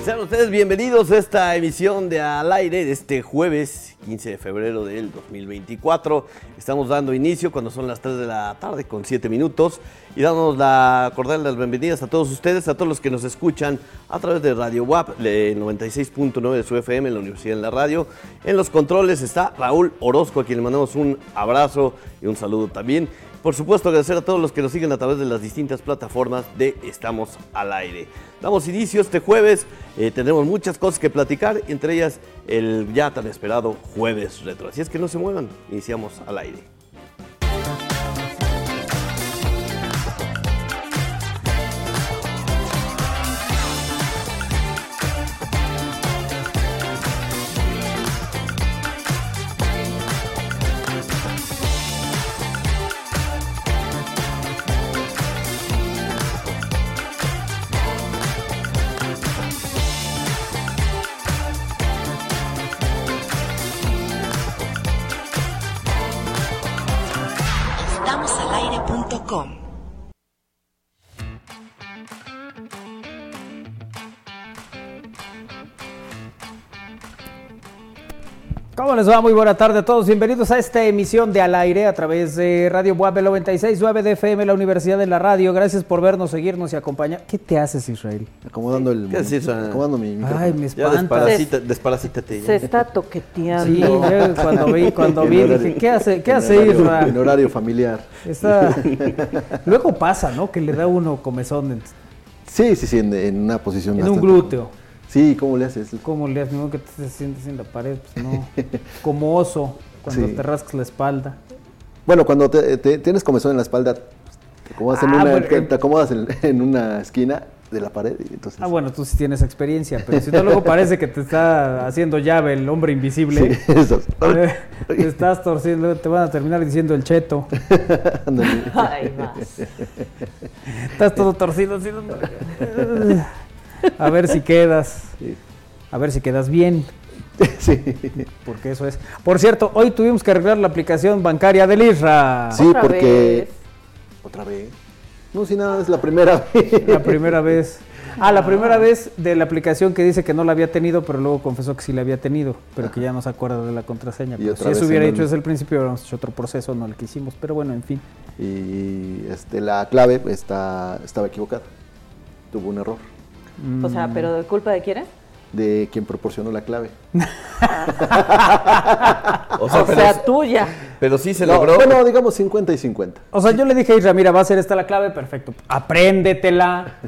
Sean ustedes bienvenidos a esta emisión de Al Aire de este jueves 15 de febrero del 2024. Estamos dando inicio cuando son las 3 de la tarde con 7 minutos y damos la cordial de las bienvenidas a todos ustedes, a todos los que nos escuchan a través de Radio WAP, 96.9 de su FM en la Universidad de la Radio. En los controles está Raúl Orozco, a quien le mandamos un abrazo y un saludo también. Por supuesto, agradecer a todos los que nos siguen a través de las distintas plataformas de Estamos al Aire. Damos inicio este jueves, tendremos muchas cosas que platicar, entre ellas el ya tan esperado Jueves Retro. Así es que no se muevan, iniciamos al aire. ¿Cómo les va? Muy buena tarde a todos. Bienvenidos a esta emisión de Al Aire a través de Radio WAP 96.9 de FM, la Universidad de la Radio. Gracias por vernos, seguirnos y acompañar. ¿Qué te haces, Israel? Acomodando el... ¿Qué haces, acomodando mi micrófono. Ay, me espantas. Desparasítate. Se está toqueteando. Sí, cuando vi dije, ¿qué hace Israel? En horario familiar. Luego pasa, ¿no? Que le da uno comezón. Sí, en una posición... En un glúteo. Sí, ¿cómo le haces? ¿Cómo le haces? No, que te sientes en la pared, pues no. Como oso, cuando te rascas la espalda. Bueno, cuando tienes comezón en la espalda, te acomodas en una esquina de la pared. Y entonces... bueno, tú sí tienes experiencia, pero si no, luego parece que te está haciendo llave el hombre invisible. Sí, eso. Te estás torciendo, te van a terminar diciendo el cheto. Ay, vas. Estás todo torcido, así. A ver si quedas. A ver si quedas bien. Sí. Porque eso es. Por cierto, hoy tuvimos que arreglar la aplicación bancaria del ISRA. Sí, porque... ¿Otra vez? No, si nada, es la primera vez. La primera vez. La primera vez de la aplicación que dice que no la había tenido, pero luego confesó que sí la había tenido, pero que ya no se acuerda de la contraseña. Pero si eso hubiera hecho desde el principio, hubiéramos hecho otro proceso, no el que hicimos, pero bueno, en fin. Y la clave estaba equivocada. Tuvo un error. O sea, ¿pero de culpa de quién es? De quien proporcionó la clave. o sea, tuya. Pero sí se logró. Bueno, digamos 50 y 50. O sea, yo le dije a Isra, mira, va a ser esta la clave, perfecto. Apréndetela.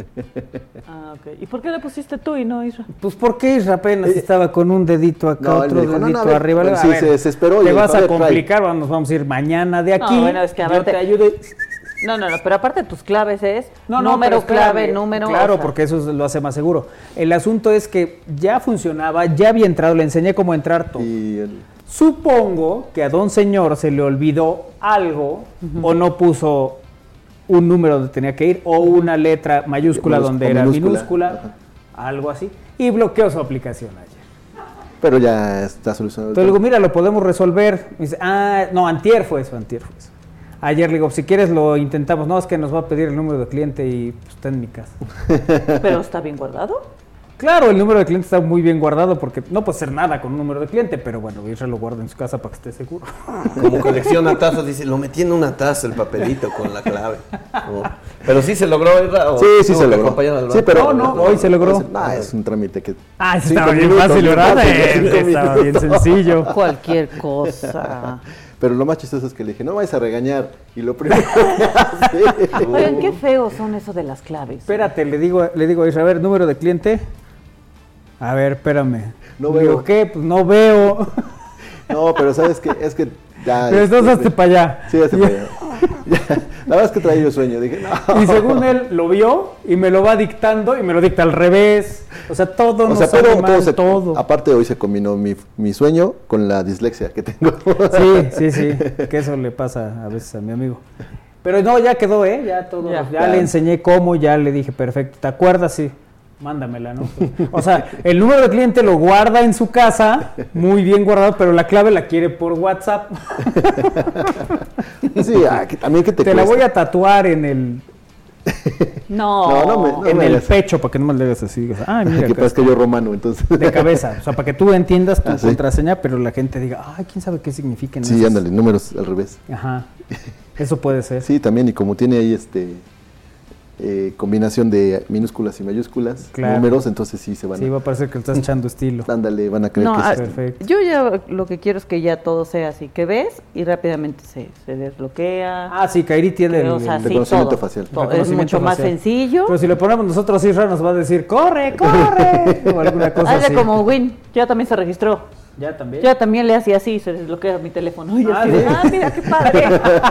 Ok. ¿Y por qué le pusiste tú y no Isra? Pues porque Isra apenas estaba con un dedito acá, otro dijo, dedito a ver, arriba. Bueno, sí, se desesperó. Te vas a complicar, nos vamos a ir mañana de aquí. No, bueno, es que a ver, te ayudo. No, pero aparte tus claves es número clave, número... Claro, porque eso lo hace más seguro. El asunto es que ya funcionaba, ya había entrado, le enseñé cómo entrar todo. Supongo que a don señor se le olvidó algo o no puso un número donde tenía que ir o una letra mayúscula donde era minúscula, algo así, y bloqueó su aplicación ayer. Pero ya está solucionado. Entonces le digo, mira, lo podemos resolver. Y dice, antier fue eso. Ayer le digo, si quieres lo intentamos. No, es que nos va a pedir el número de cliente y pues, está en mi casa. ¿Pero está bien guardado? Claro, el número de cliente está muy bien guardado porque no puede hacer nada con un número de cliente, pero bueno, Israel lo guarda en su casa para que esté seguro. Como colecciona tazas, dice, lo metí en una taza el papelito con la clave. No. Pero sí se logró, ¿verdad? Sí se logró. Sí, pero hoy se logró. Es un trámite que... Estaba bien fácil, ¿verdad? Estaba bien sencillo. Cualquier cosa. Pero lo más chistoso es que le dije, no vayas a regañar. Y lo primero que hace... Oigan, qué feos son eso de las claves. Espérate, le digo a Israel, a ver, número de cliente. A ver, espérame. No veo. Digo, ¿qué? Pues no veo. No, pero ¿sabes qué? Es que ya... Pero entonces hazte para allá. Sí, hazte para allá. La verdad es que traía yo sueño. Dije, no. Y según él, lo vio y me lo va dictando y me lo dicta al revés. O sea, todo todo. Aparte, hoy se combinó mi sueño con la dislexia que tengo. Sí. Que eso le pasa a veces a mi amigo. Pero no, ya quedó, ya todo. Ya le enseñé cómo, ya le dije, perfecto. ¿Te acuerdas? Sí. Mándamela, ¿no? O sea, el número de cliente lo guarda en su casa, muy bien guardado, pero la clave la quiere por WhatsApp. Sí, también que te la voy a tatuar en el... No. En el pecho, para que no me le hagas así. Mira, que parece que yo romano, entonces. De cabeza, o sea, para que tú entiendas tu contraseña, pero la gente diga, quién sabe qué significan. Sí, ándale, números al revés. Ajá, eso puede ser. Sí, también, y como tiene ahí combinación de minúsculas y mayúsculas, números, entonces sí se van va a parecer que le estás echando estilo. Ándale, van a creer que es perfecto. Yo ya lo que quiero es que ya todo sea así, que ves y rápidamente se desbloquea. Sí, Kairi tiene el reconocimiento facial. Es mucho más sencillo. Pero si lo ponemos nosotros, Isra nos va a decir, ¡corre! o alguna cosa así. Como Win, ya también se registró. ¿Ya también? Yo también le hacía así, se desbloquea mi teléfono. Y así mira qué padre.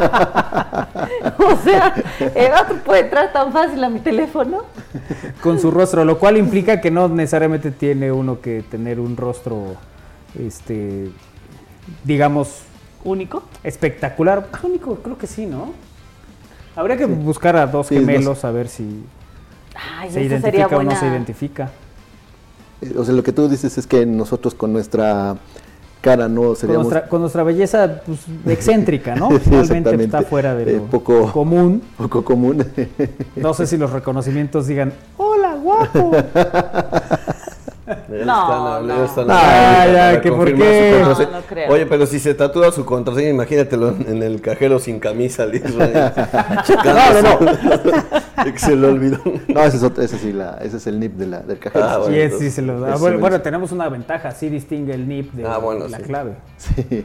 O sea, el otro puede entrar tan fácil a mi teléfono. Con su rostro, lo cual implica que no necesariamente tiene uno que tener un rostro, digamos... ¿Único? Espectacular. Único, creo que sí, ¿no? Habría que buscar a dos gemelos a ver si se identifica o no se identifica. O sea, lo que tú dices es que nosotros con nuestra cara no seríamos... Con nuestra belleza excéntrica, ¿no? Realmente está fuera de lo común. Poco común. No sé si los reconocimientos digan, ¡hola, guapo! Que ¿por qué? No creo. Oye, pero si se tatúa su contraseña, imagínatelo en el cajero sin camisa, no. Que se lo olvidó. No, ese es el NIP del cajero. Sí, se lo da. Bueno, tenemos una ventaja, sí distingue el NIP de la clave. Sí.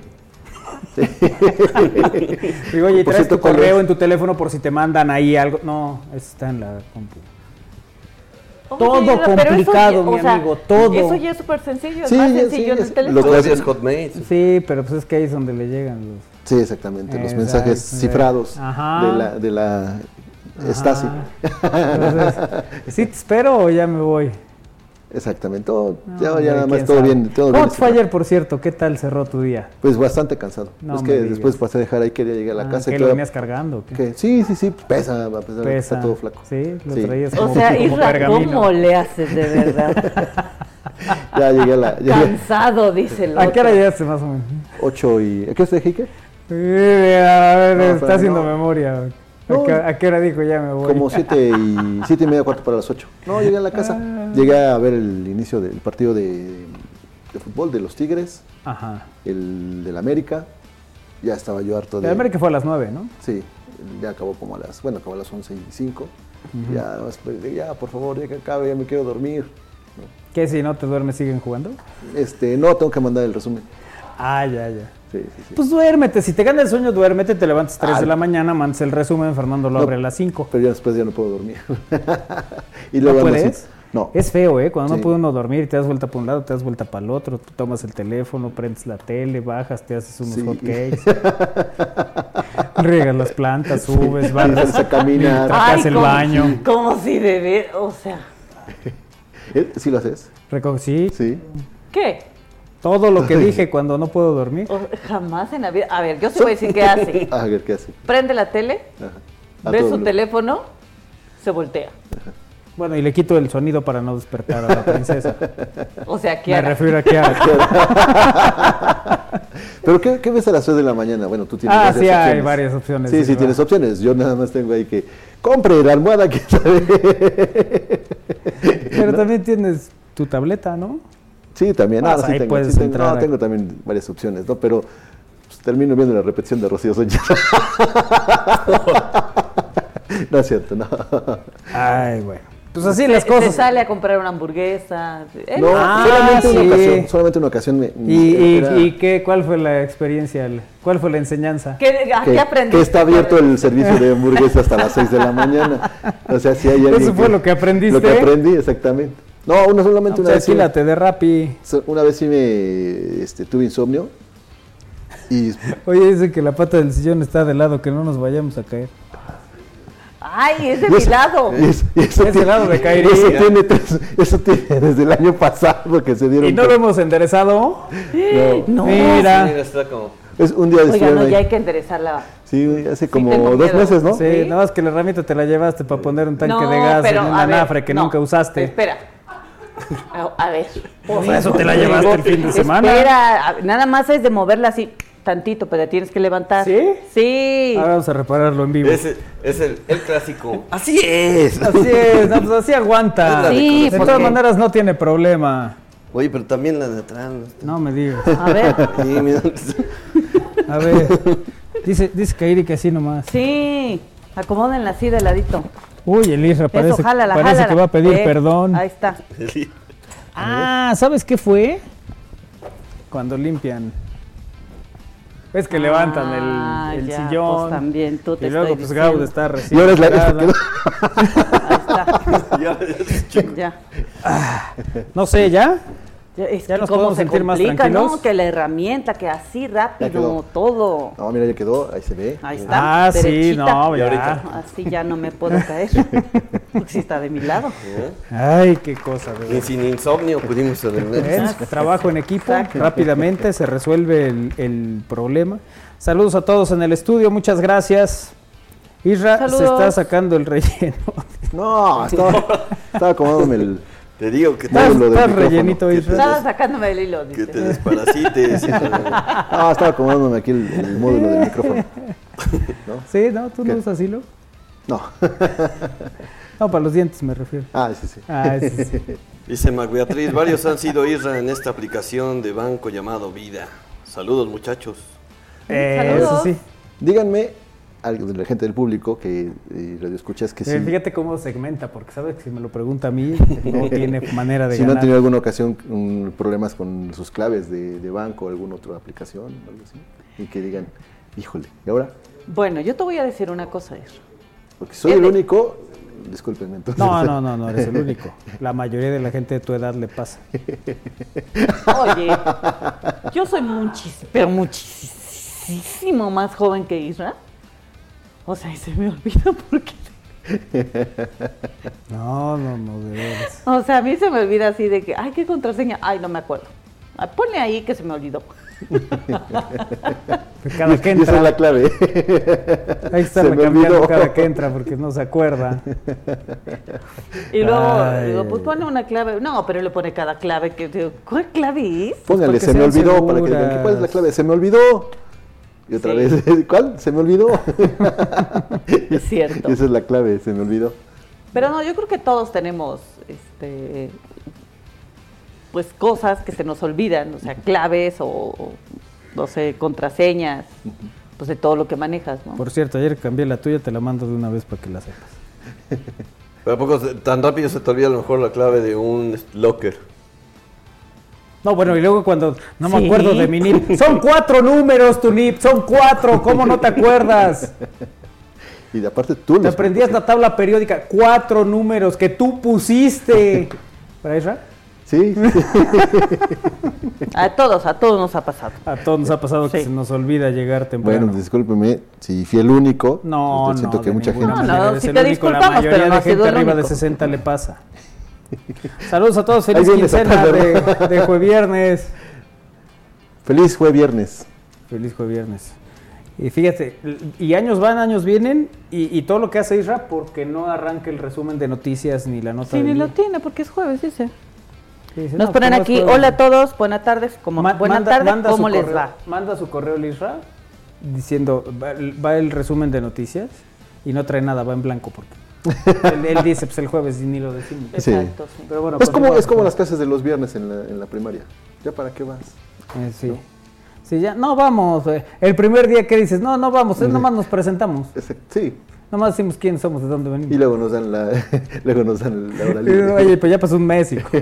Digo, oye, traes tu correo en tu teléfono por si te mandan ahí algo. No, eso está en la compu. Todo complicado, mi amigo, todo. Eso ya es súper sencillo, es más sencillo en el teléfono. Los gracias Hotmail. Sí, pero pues es que ahí es donde le llegan los... Sí, exactamente, los mensajes cifrados de la Stasi. Entonces, ¿sí te espero o ya me voy? Exactamente, ya nada más todo bien. ¿Cómo fue ayer, por cierto? ¿Qué tal cerró tu día? Pues bastante cansado. Es que después pasé a dejar ahí, quería llegar a la casa. ¿Qué lo venías cargando? Sí, pesa, a pesar de que está todo flaco. Sí, lo traías como pergamino. ¿Cómo le haces de verdad? Ya llegué a la... Cansado, dice el otro. ¿A qué hora llegaste más o menos? 8 y... ¿A qué hora te dije? A ver, está haciendo memoria. ¿A qué hora dijo ya me voy? Como 7:30, cuarto para las 8. No, llegué a la casa. Llegué a ver el inicio del partido de fútbol de los Tigres. El del América. Ya estaba yo harto de... El América fue a las 9, ¿no? Sí, ya acabó como acabó a las 11:05. Ya, por favor, ya que acabe, ya me quiero dormir. ¿No? ¿Qué si no te duermes, siguen jugando? No, tengo que mandar el resumen. Ya. Sí. Pues duérmete, si te gana el sueño, duérmete, te levantas 3 de la mañana, mandas el resumen, Fernando lo abre a las 5. Pero ya después ya no puedo dormir. Y luego ¿no puedes? No. Es feo, cuando no puede uno dormir, te das vuelta para un lado, te das vuelta para el otro, tú tomas el teléfono, prendes la tele, bajas, te haces unos hotcakes, riegas las plantas, subes, vas a caminar, trapeas el baño. Como si debe, o sea. ¿Sí lo haces? Sí. ¿Qué? Todo lo que dije cuando no puedo dormir. Jamás en la vida. A ver, yo sí voy a decir qué hace. A ver, ¿qué hace? Prende la tele, ve su teléfono, se voltea. Bueno, y le quito el sonido para no despertar a la princesa. O sea, ¿qué Me refiero a Kiara. ¿Pero qué ves a las 3 de la mañana? Bueno, tú tienes varias opciones. Hay varias opciones. Sí, tienes opciones. Yo nada más tengo ahí que compre la almohada que Pero también tienes tu tableta, ¿no? Sí, también. Tengo también varias opciones, ¿no? Pero pues, termino viendo la repetición de Rocío Sánchez. No es cierto, no. Ay, bueno. Pues así las cosas. Se sale a comprar una hamburguesa. No, solamente una ocasión. ¿Cuál fue la experiencia? ¿Cuál fue la enseñanza? ¿Qué aprendiste? Que está abierto el servicio de hamburguesa hasta las 6 de la mañana. O sea, si hay alguien. ¿Eso fue lo que aprendiste? Lo que aprendí, exactamente. No, solamente una vez. Tranquilate de Rappi. Una vez sí tuve insomnio. Oye, dice que la pata del sillón está de lado, que no nos vayamos a caer. ¡Ay, es de mi lado! Es del lado de Kairi. Eso tiene desde el año pasado que se dieron. ¿Y no lo hemos enderezado? No. Mira. Está como... Es un día de Oiga, ya hay que enderezarla. Sí, hace como 2 meses, ¿no? Sí, nada más que la herramienta te la llevaste para poner un tanque de gas en un anafre que nunca usaste. Espera. A ver. Por eso te la llevaste el fin de semana. Espera, nada más es de moverla así. Tantito, pero tienes que levantar. ¿Sí? Sí. Ahora vamos a repararlo en vivo. Es el clásico. Así es. Así es, no, pues así aguanta. Sí, de todas maneras no tiene problema. Oye, pero también la de atrás. No me digas. A ver. Sí, mira. A ver. Dice Kairi que así nomás. Sí. Acomódenla así de ladito. Uy, el Isra parece, Eso, jálala, parece jálala. que va a pedir perdón. Ahí está. Ah, ¿sabes qué fue? Cuando limpian. Es que levantan el ya, sillón. Pues también tú te y luego estoy pues diciendo. Gaud está recién. Y ahora es la llegada. Ahí está. Ya. No sé, ¿ya? Es Ya que nos cómo podemos se sentir más complica, tranquilos. ¿no? Que la herramienta, que así Ya rápido, quedó. todo. No, mira, ya quedó, ahí se ve. Ahí está. Ah, sí, derechita. no, Y ahorita. ya. Así ya no me puedo caer. Porque sí está de mi lado. Ay, qué cosa, de Y verdad. sin insomnio pudimos arreglar. Trabajo en equipo, Exacto. rápidamente se resuelve el problema. Saludos a todos en el estudio, muchas gracias. Isra se Saludos. está sacando el relleno. No, estaba acomodándome el Te digo que Estás módulo del micrófono. rellenito, Isra. Estaba sacándome el hilo, Que dice. te desparasites. No, estaba acomodándome aquí el módulo del micrófono. ¿No? Sí, ¿no? ¿Tú ¿Qué? no usas hilo? No. No, para los dientes me refiero. Ah, sí, sí. Ah, sí, sí. Dice Mac Beatriz, varios han sido Isra en esta aplicación de banco llamado Vida. Saludos, muchachos. Saludos. Eso sí. Díganme, algo de la gente del público que radio escuchas que si, Fíjate cómo segmenta, porque sabes que si me lo pregunta a mí, no tiene manera de si no ganar. han tenido alguna ocasión problemas con sus claves de banco o alguna otra aplicación, algo así, y que digan, híjole, ¿y ahora? Bueno, yo te voy a decir una cosa, Isra. Porque soy el único, discúlpenme entonces. No eres el único. La mayoría de la gente de tu edad le pasa. Oye, yo soy muchísimo más joven que Isra. O sea, y se me olvida por qué. No, de veras. O sea, a mí se me olvida así de que, ay, ¿qué contraseña? Ay, no me acuerdo. Ay, ponle ahí que se me olvidó. Cada que Y esa es entra, la clave. ahí está Se me cambiando olvidó. cada que entra porque no se acuerda. Y luego, Ay. digo, pues pone una clave. No, pero le pone cada clave que digo, ¿cuál clave es? Póngale, porque se me sean olvidó, para que digan, seguras. ¿cuál es la clave? Se me olvidó. Y otra Sí. vez, ¿cuál? Se me olvidó. Es cierto. Esa es la clave, se me olvidó. Pero no, yo creo que todos tenemos, pues cosas que se nos olvidan, o sea, claves o no sé, contraseñas, pues de todo lo que manejas, ¿no? Por cierto, ayer cambié la tuya, te la mando de una vez para que la sepas. Pero ¿a poco tan rápido se te olvida a lo mejor la clave de un locker? No, bueno, y luego cuando no me Sí. acuerdo de mi NIP. Son 4 números tu NIP, son 4, ¿cómo no te acuerdas? Y de aparte tú Te los aprendías la tabla periódica, 4 números que tú pusiste. ¿Para Isra? Sí, A todos nos ha pasado. A todos nos ha pasado que Sí. se nos olvida llegar temprano. bueno, discúlpeme, si fui el único. No, pues siento no, que de mucha ninguna gente. No, manera. Eres sí el te único, la disculpamos, mayoría pero no de ha sido gente el arriba de único. 60 le pasa. Saludos a todos, feliz Ahí vienes quincena acá, de jueviernes. Feliz fue viernes. Feliz jueviernes. Y fíjate, y años van, años vienen, y todo lo que hace Isra porque no arranca el resumen de noticias ni la nota Sí, del ni día. lo tiene porque es jueves, dice. Sí, dice, Nos no, ponen ¿cómo es aquí, jueves? hola a todos, buenas tardes, buenas tardes, manda ¿cómo su les correo, va? Manda su correo al Isra diciendo, va el resumen de noticias y no trae nada, va en blanco porque él dice, pues el jueves y ni lo decimos. Sí. Exacto, sí. Pero bueno, Es como continuamos. las clases de los viernes en la primaria. ¿Ya para qué vas? Sí. Sí, ya, no vamos. El primer día que dices, no vamos, nomás nos presentamos. Sí. Nomás decimos quiénes somos, de dónde venimos. Y luego nos dan la hora libre. Oye, pues ya pasó un mes, hijo.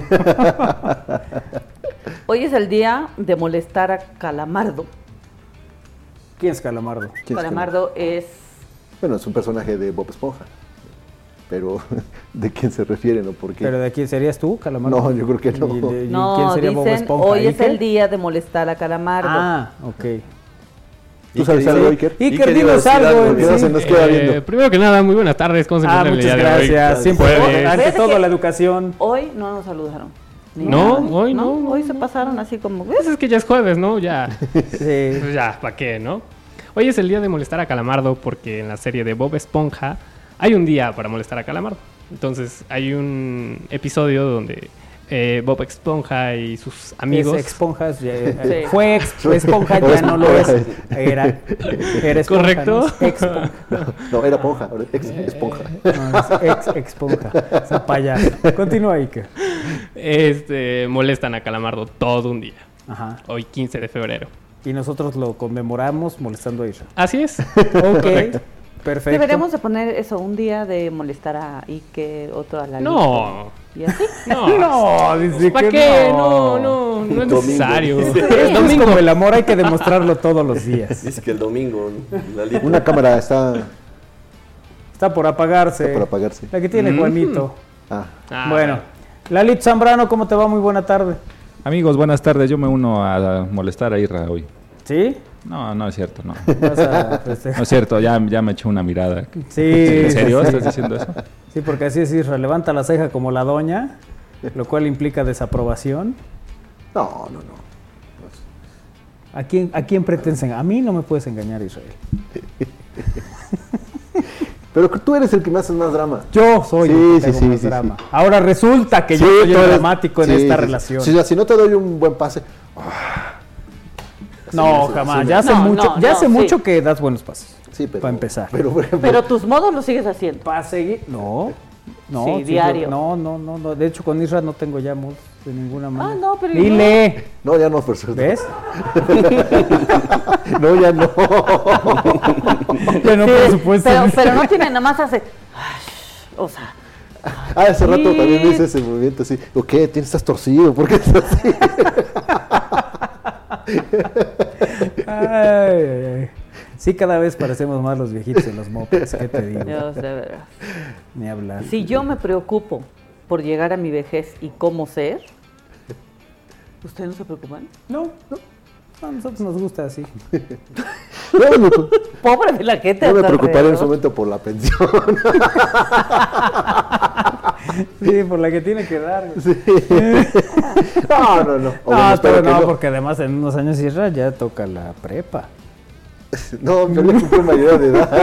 Hoy es el día de molestar a Calamardo. ¿Quién es Calamardo? ¿Quién es Calamardo es... Bueno, es un personaje de Bob Esponja. Pero, ¿de quién se refieren o por qué? ¿Pero de quién serías tú, Calamardo? No, yo creo que no. ¿Y No, quién sería Bob dicen, Esponja? hoy es ¿Iker? el día de molestar a Calamardo. Ah, ok. ¿Tú sabes algo, Iker? Iker, iba a dinos decir algo. algo, Porque no se nos queda viendo. Primero que nada, muy buenas tardes. ¿Cómo se encuentran el Muchas día de hoy? gracias. Siempre, Jueves. ante Fíjate todo, que- la educación. Hoy no nos saludaron. Ni No, nada. hoy no. Hoy se pasaron así como... Pues es que ya es jueves, ¿no? Ya, Sí. pues ya, ¿para qué, no? Hoy es el día de molestar a Calamardo porque en la serie de Bob Esponja hay un día para molestar a Calamardo. Entonces hay un episodio donde Bob Esponja y sus amigos. Es Esponjas, fue Esponja, ya no lo es. Era Esponja. ¿Correcto? No, era Ponja, ahora Esponja. No, es Esponja, esa payasa. Continúa, Iker. Molestan a Calamardo todo un día. Ajá. Hoy 15 de febrero. Y nosotros lo conmemoramos molestando a Isra. Así es. Ok, perfecto. Deberíamos de poner eso, un día de molestar a Iker, otro a la No. ¿Y así? No, dice ¿Para que qué? no. No es necesario. Es domingo. Como el amor, hay que demostrarlo todos los días. Dice que el domingo, Lalito. Una cámara está por apagarse. por apagarse. La que tiene Juanito. Bueno, Lalito Zambrano, ¿cómo te va? Muy buena tarde. Amigos, buenas tardes. Yo me uno a molestar a Irra hoy. ¿Sí? No es cierto, no. No es cierto, ya me eché una mirada. Sí. ¿En serio sí. estás diciendo eso? Sí, porque así es Isra, levanta la ceja como la doña, lo cual implica desaprobación. No. ¿A quién pretendes engañar? A mí no me puedes engañar, Israel. Pero tú eres el que me haces más drama. Yo soy el que tengo más drama. Ahora resulta que yo soy el dramático en esta relación. Si no te doy un buen pase. No, jamás. Ya hace mucho que das buenos pases. Sí, pero, para empezar. Pero tus modos los sigues haciendo. Para seguir. No. Sí, diario. No. De hecho, con Isra no tengo ya modos de ninguna manera. No, pero dile. No, ya no, por suerte. ¿Ves? No, ya no. Ya no, por supuesto. Pero no tiene, nada más hace. O sea. Hace rato también me hice ese movimiento así. ¿O qué? ¿Estás torcido? ¿Por qué estás así? Ay. Sí, cada vez parecemos más los viejitos en los mopeds, ¿qué te digo? Dios, de verdad. Ni hablar. Si yo me preocupo por llegar a mi vejez y cómo ser, ¿ustedes no se preocupan? No, a nosotros nos gusta así. Pobre de la gente. Yo me preocuparé en su momento por la pensión. Sí, por la que tiene que dar. Sí. No. No, porque además en unos años Israel ya toca la prepa. No, yo le cumplí mayoría de edad.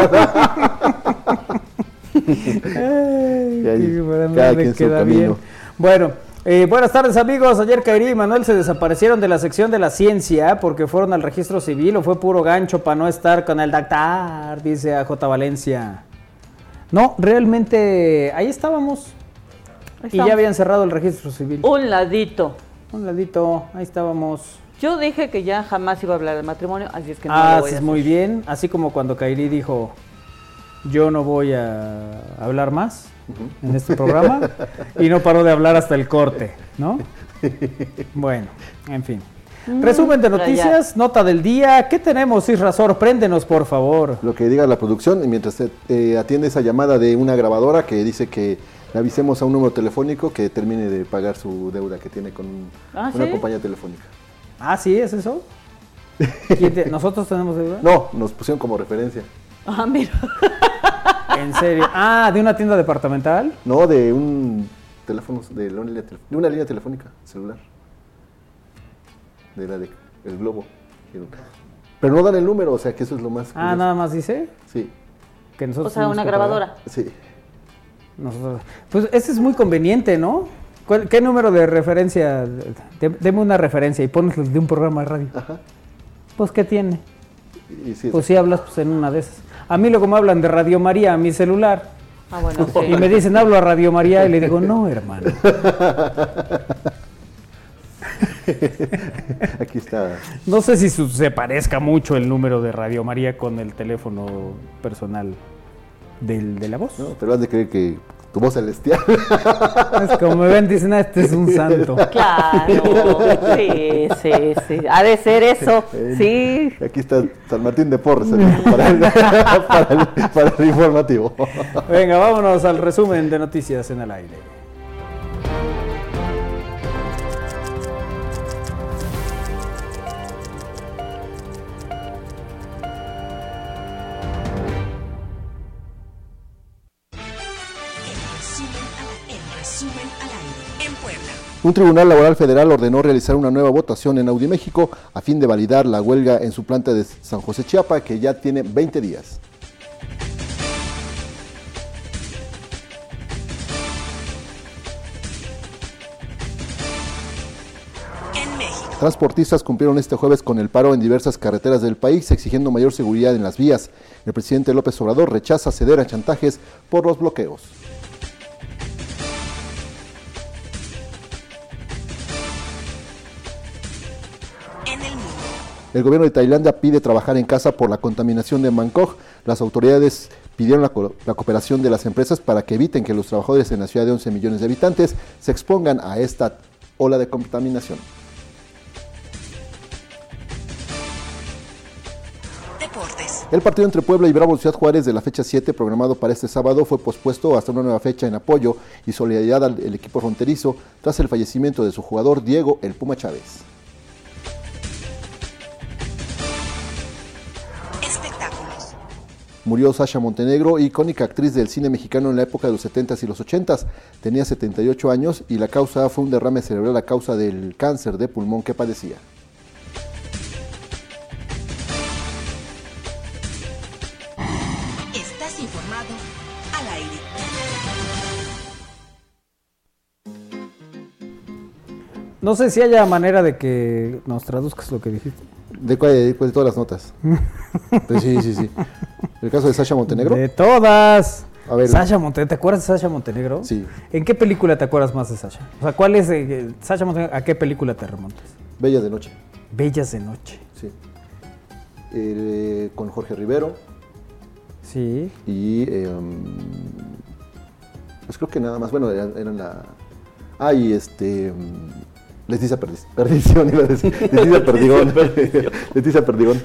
Cada quien su camino. Bueno, buenas tardes amigos. Ayer Kairi y Manuel se desaparecieron de la sección de la ciencia porque fueron al registro civil o fue puro gancho para no estar con el doctor, dice a J. Valencia. No, realmente ahí estábamos. Y ya habían cerrado el registro civil. Un ladito, ahí estábamos. Yo dije que ya jamás iba a hablar del matrimonio, así es que no lo voy a hacer. Muy bien, así como cuando Kairi dijo, yo no voy a hablar más en este programa, y no paró de hablar hasta el corte, ¿no? Bueno, en fin. Resumen de noticias, nota del día. ¿Qué tenemos, Isra? Sorpréndenos, por favor. Lo que diga la producción, y mientras atiende esa llamada de una grabadora que dice que le avisemos a un número telefónico que termine de pagar su deuda que tiene con una compañía telefónica. Ah, ¿sí? ¿Es eso? ¿Nosotros tenemos deuda? No, nos pusieron como referencia. Ah, mira. ¿En serio? Ah, ¿de una tienda departamental? No, de un teléfono, de una línea telefónica celular. El Globo. Pero no dan el número, o sea que eso es lo más curioso. Nada más dice. Sí. Que nosotros o sea, una grabadora. Sí. Pues ese es muy conveniente, ¿no? ¿Qué número de referencia? Deme una referencia y pones de un programa de radio. Ajá. Pues, ¿qué tiene? Pues si hablas pues, en una de esas. A mí luego me hablan de Radio María a mi celular. Ah, bueno, sí. Y me dicen, hablo a Radio María, y le digo, no, hermano. Aquí está. No sé si se parezca mucho el número de Radio María con el teléfono personal de la voz. No, pero has de creer que tu voz celestial. Es como me ven, dicen, este es un santo. Claro, sí. Ha de ser eso, sí. Aquí está San Martín de Porres para el informativo. Venga, vámonos al resumen de noticias en el aire. Un tribunal laboral federal ordenó realizar una nueva votación en Audiméxico a fin de validar la huelga en su planta de San José Chiapa, que ya tiene 20 días. México. Transportistas cumplieron este jueves con el paro en diversas carreteras del país, exigiendo mayor seguridad en las vías. El presidente López Obrador rechaza ceder a chantajes por los bloqueos. El gobierno de Tailandia pide trabajar en casa por la contaminación de Bangkok. Las autoridades pidieron la cooperación de las empresas para que eviten que los trabajadores en la ciudad de 11 millones de habitantes se expongan a esta ola de contaminación. Deportes. El partido entre Puebla y Bravos Ciudad Juárez de la fecha 7, programado para este sábado, fue pospuesto hasta una nueva fecha en apoyo y solidaridad al equipo fronterizo tras el fallecimiento de su jugador Diego El Puma Chávez. Murió Sasha Montenegro, icónica actriz del cine mexicano en la época de los 70s y los 80s. Tenía 78 años y la causa fue un derrame cerebral a causa del cáncer de pulmón que padecía. Estás informado al aire. No sé si haya manera de que nos traduzcas lo que dijiste. ¿De todas las notas? Pues sí. ¿El caso de Sasha Montenegro? De todas. A ver. Sasha Montenegro, ¿te acuerdas de Sasha Montenegro? Sí. ¿En qué película te acuerdas más de Sasha? O sea, ¿cuál es Sasha Montenegro? ¿A qué película te remontas? Bellas de noche. Bellas de noche. Sí. Con Jorge Rivero. Sí. Y pues creo que nada más. Bueno, eran la. Leticia Perdición, iba a decir. Leticia Perdigón.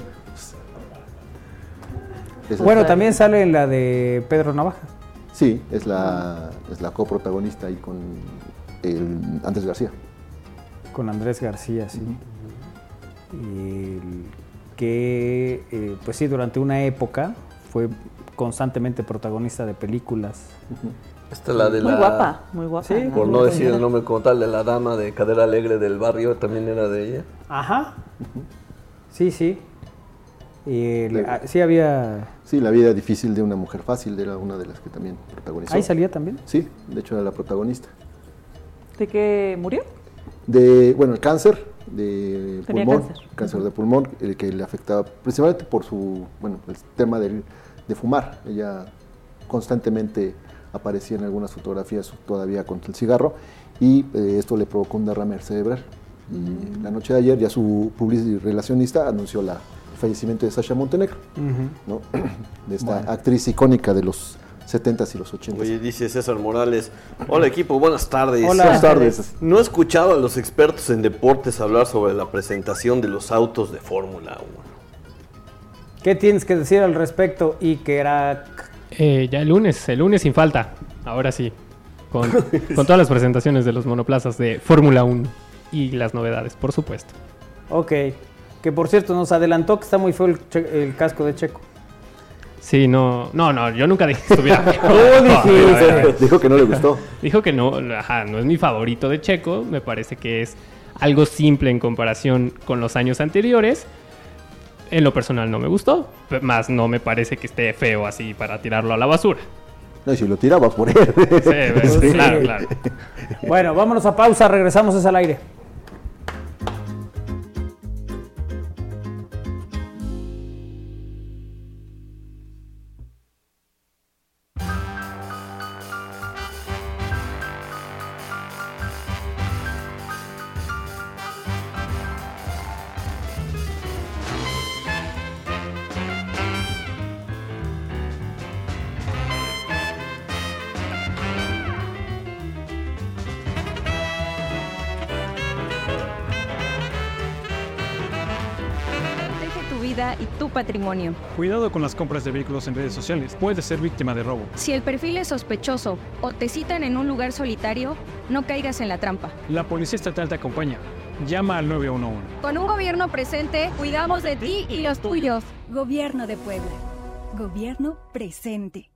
Bueno, también sale en la de Pedro Navaja. Sí, es la coprotagonista ahí con Andrés García. Con Andrés García, sí. Que, pues sí, durante una época fue constantemente protagonista de películas. Esta es la de muy la... guapa, muy guapa. Sí, ¿no? Por no decir el nombre como tal, de la dama de Cadera Alegre del barrio, también era de ella. Ajá. Sí. Sí había... Sí, La vida difícil de una mujer fácil era una de las que también protagonizó. ¿Ahí salía también? Sí, de hecho era la protagonista. ¿De qué murió? El cáncer de Tenía pulmón. cáncer. De pulmón, el que le afectaba principalmente por el tema de fumar. Ella constantemente aparecía en algunas fotografías todavía con el cigarro y esto le provocó un derrame cerebral. Y la noche de ayer ya su relacionista anunció el fallecimiento de Sasha Montenegro, ¿no? De esta actriz icónica de los 70s y los 80s. Oye, dice César Morales, hola equipo, buenas tardes. Hola. Buenas tardes. No he escuchado a los expertos en deportes hablar sobre la presentación de los autos de Fórmula 1. ¿Qué tienes que decir al respecto, Iker? Ya el lunes sin falta, ahora sí, con todas las presentaciones de los monoplazas de Fórmula 1 y las novedades, por supuesto. Ok, que por cierto nos adelantó que está muy feo el casco de Checo. Sí, no, yo nunca dije que estuviera feo. Tú dijiste. Dijo que no le gustó. Dijo que no es mi favorito de Checo, me parece que es algo simple en comparación con los años anteriores. En lo personal no me gustó, más no me parece que esté feo así para tirarlo a la basura. No, y si lo tirabas por él. Sí, claro. Bueno, vámonos a pausa, regresamos al aire. Y tu patrimonio. Cuidado con las compras de vehículos en redes sociales, puedes ser víctima de robo. Si el perfil es sospechoso o te citan en un lugar solitario, no caigas en la trampa. La Policía Estatal te acompaña. Llama al 911. Con un gobierno presente, cuidamos de ti y los tuyos. Gobierno de Puebla. Gobierno presente.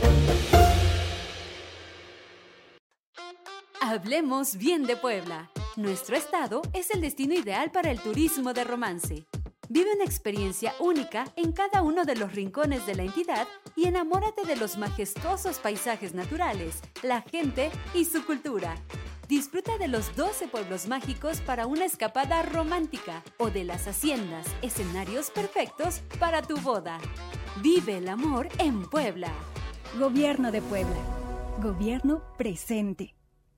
Hablemos bien de Puebla. Nuestro estado es el destino ideal para el turismo de romance. Vive una experiencia única en cada uno de los rincones de la entidad y enamórate de los majestuosos paisajes naturales, la gente y su cultura. Disfruta de los 12 pueblos mágicos para una escapada romántica o de las haciendas, escenarios perfectos para tu boda. Vive el amor en Puebla. Gobierno de Puebla. Gobierno presente.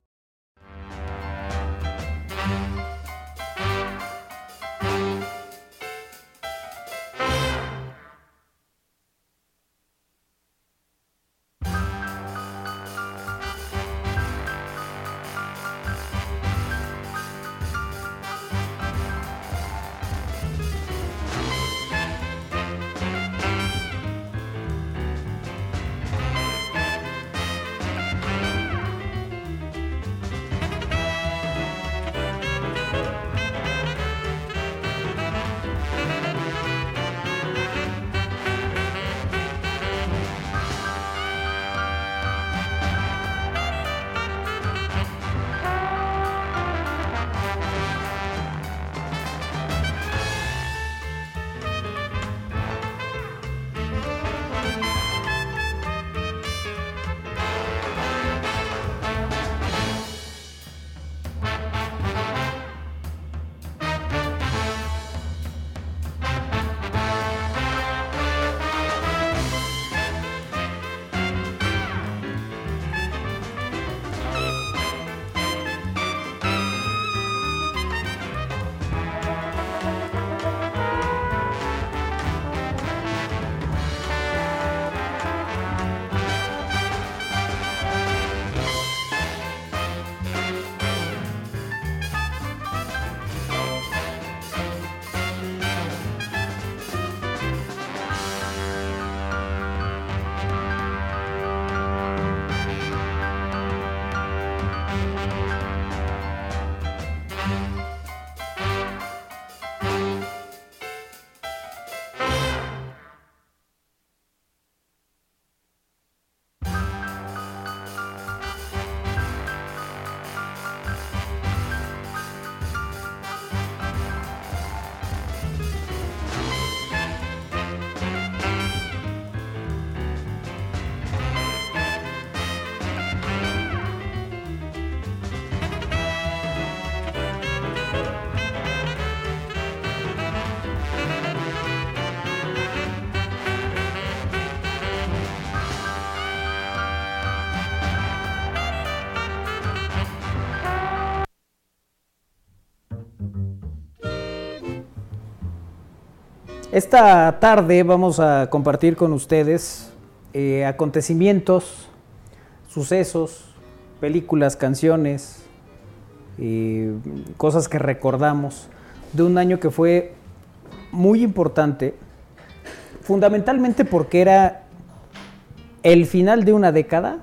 Esta tarde vamos a compartir con ustedes acontecimientos, sucesos, películas, canciones, cosas que recordamos de un año que fue muy importante, fundamentalmente porque era el final de una década.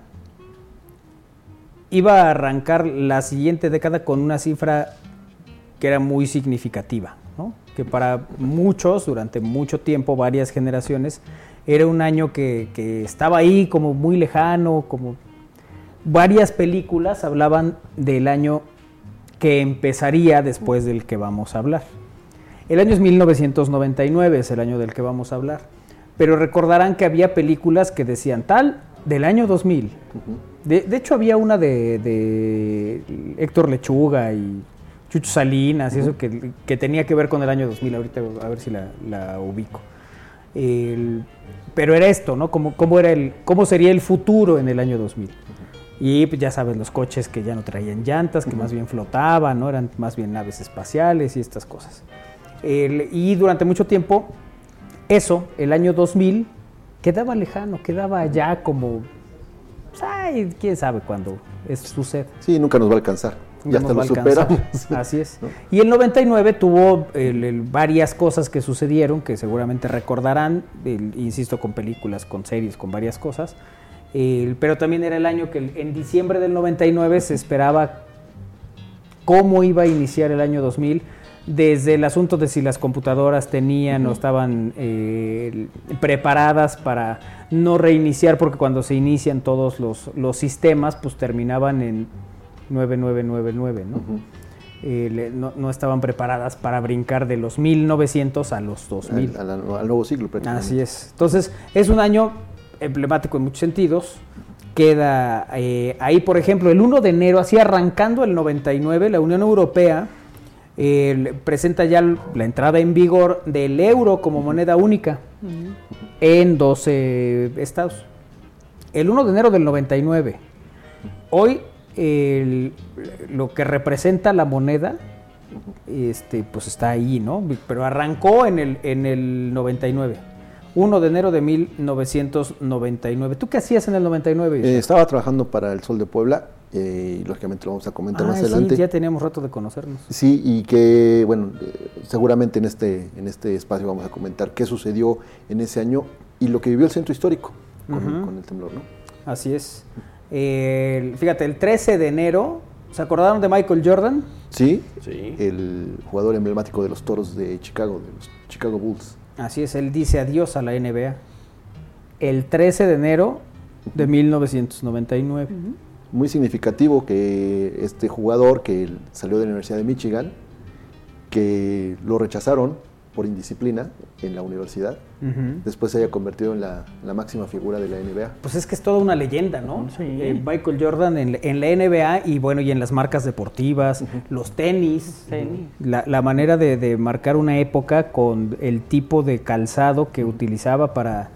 Iba a arrancar la siguiente década con una cifra que era muy significativa, ¿no? Que para muchos, durante mucho tiempo, varias generaciones, era un año que estaba ahí como muy lejano, como varias películas hablaban del año que empezaría después del que vamos a hablar. El año es 1999, es el año del que vamos a hablar, pero recordarán que había películas que decían tal del año 2000. Uh-huh. De hecho había una de Héctor Lechuga y Chucho Salinas, y eso que tenía que ver con el año 2000, ahorita a ver si la ubico. Pero era esto, ¿no? ¿Cómo sería el futuro en el año 2000? Y pues, ya sabes, los coches que ya no traían llantas, que más bien flotaban, ¿no? Eran más bien naves espaciales y estas cosas. Y durante mucho tiempo, el año 2000, quedaba lejano, quedaba ya como... Ay, quién sabe cuándo sucede. Sí, nunca nos va a alcanzar. Ya hasta lo superamos. Así es. ¿No? Y el 99 tuvo varias cosas que sucedieron, que seguramente recordarán, insisto, con películas, con series, con varias cosas. Pero también era el año que en diciembre del 99 se esperaba cómo iba a iniciar el año 2000, desde el asunto de si las computadoras tenían o estaban preparadas para no reiniciar, porque cuando se inician todos los sistemas, pues terminaban en 9999, ¿no? no estaban preparadas para brincar de los 1900 a los 2000. Al nuevo siglo prácticamente. Así es. Entonces, es un año emblemático en muchos sentidos. Queda ahí, por ejemplo, el 1 de enero, así arrancando el 99, la Unión Europea presenta ya la entrada en vigor del euro como moneda única en 12 estados. El 1 de enero del 99. Hoy, lo que representa la moneda, pues está ahí, ¿no? Pero arrancó en el 99. 1 de enero de 1999. ¿Tú qué hacías en el 99? Estaba trabajando para El Sol de Puebla y lógicamente lo vamos a comentar más adelante. Sí, ya teníamos rato de conocernos. Sí, y que, bueno, seguramente en este espacio vamos a comentar qué sucedió en ese año y lo que vivió el centro histórico con el temblor, ¿no? Así es. Fíjate, el 13 de enero, ¿se acordaron de Michael Jordan? Sí, el jugador emblemático de los Toros de Chicago, de los Chicago Bulls. Así es, él dice adiós a la NBA. El 13 de enero de 1999. Muy significativo que este jugador que salió de la Universidad de Michigan, que lo rechazaron por indisciplina en la universidad, después se haya convertido en la máxima figura de la NBA. Pues es que es toda una leyenda, ¿no? Sí. Michael Jordan en la NBA y bueno, y en las marcas deportivas, los tenis, la manera de marcar una época con el tipo de calzado que utilizaba para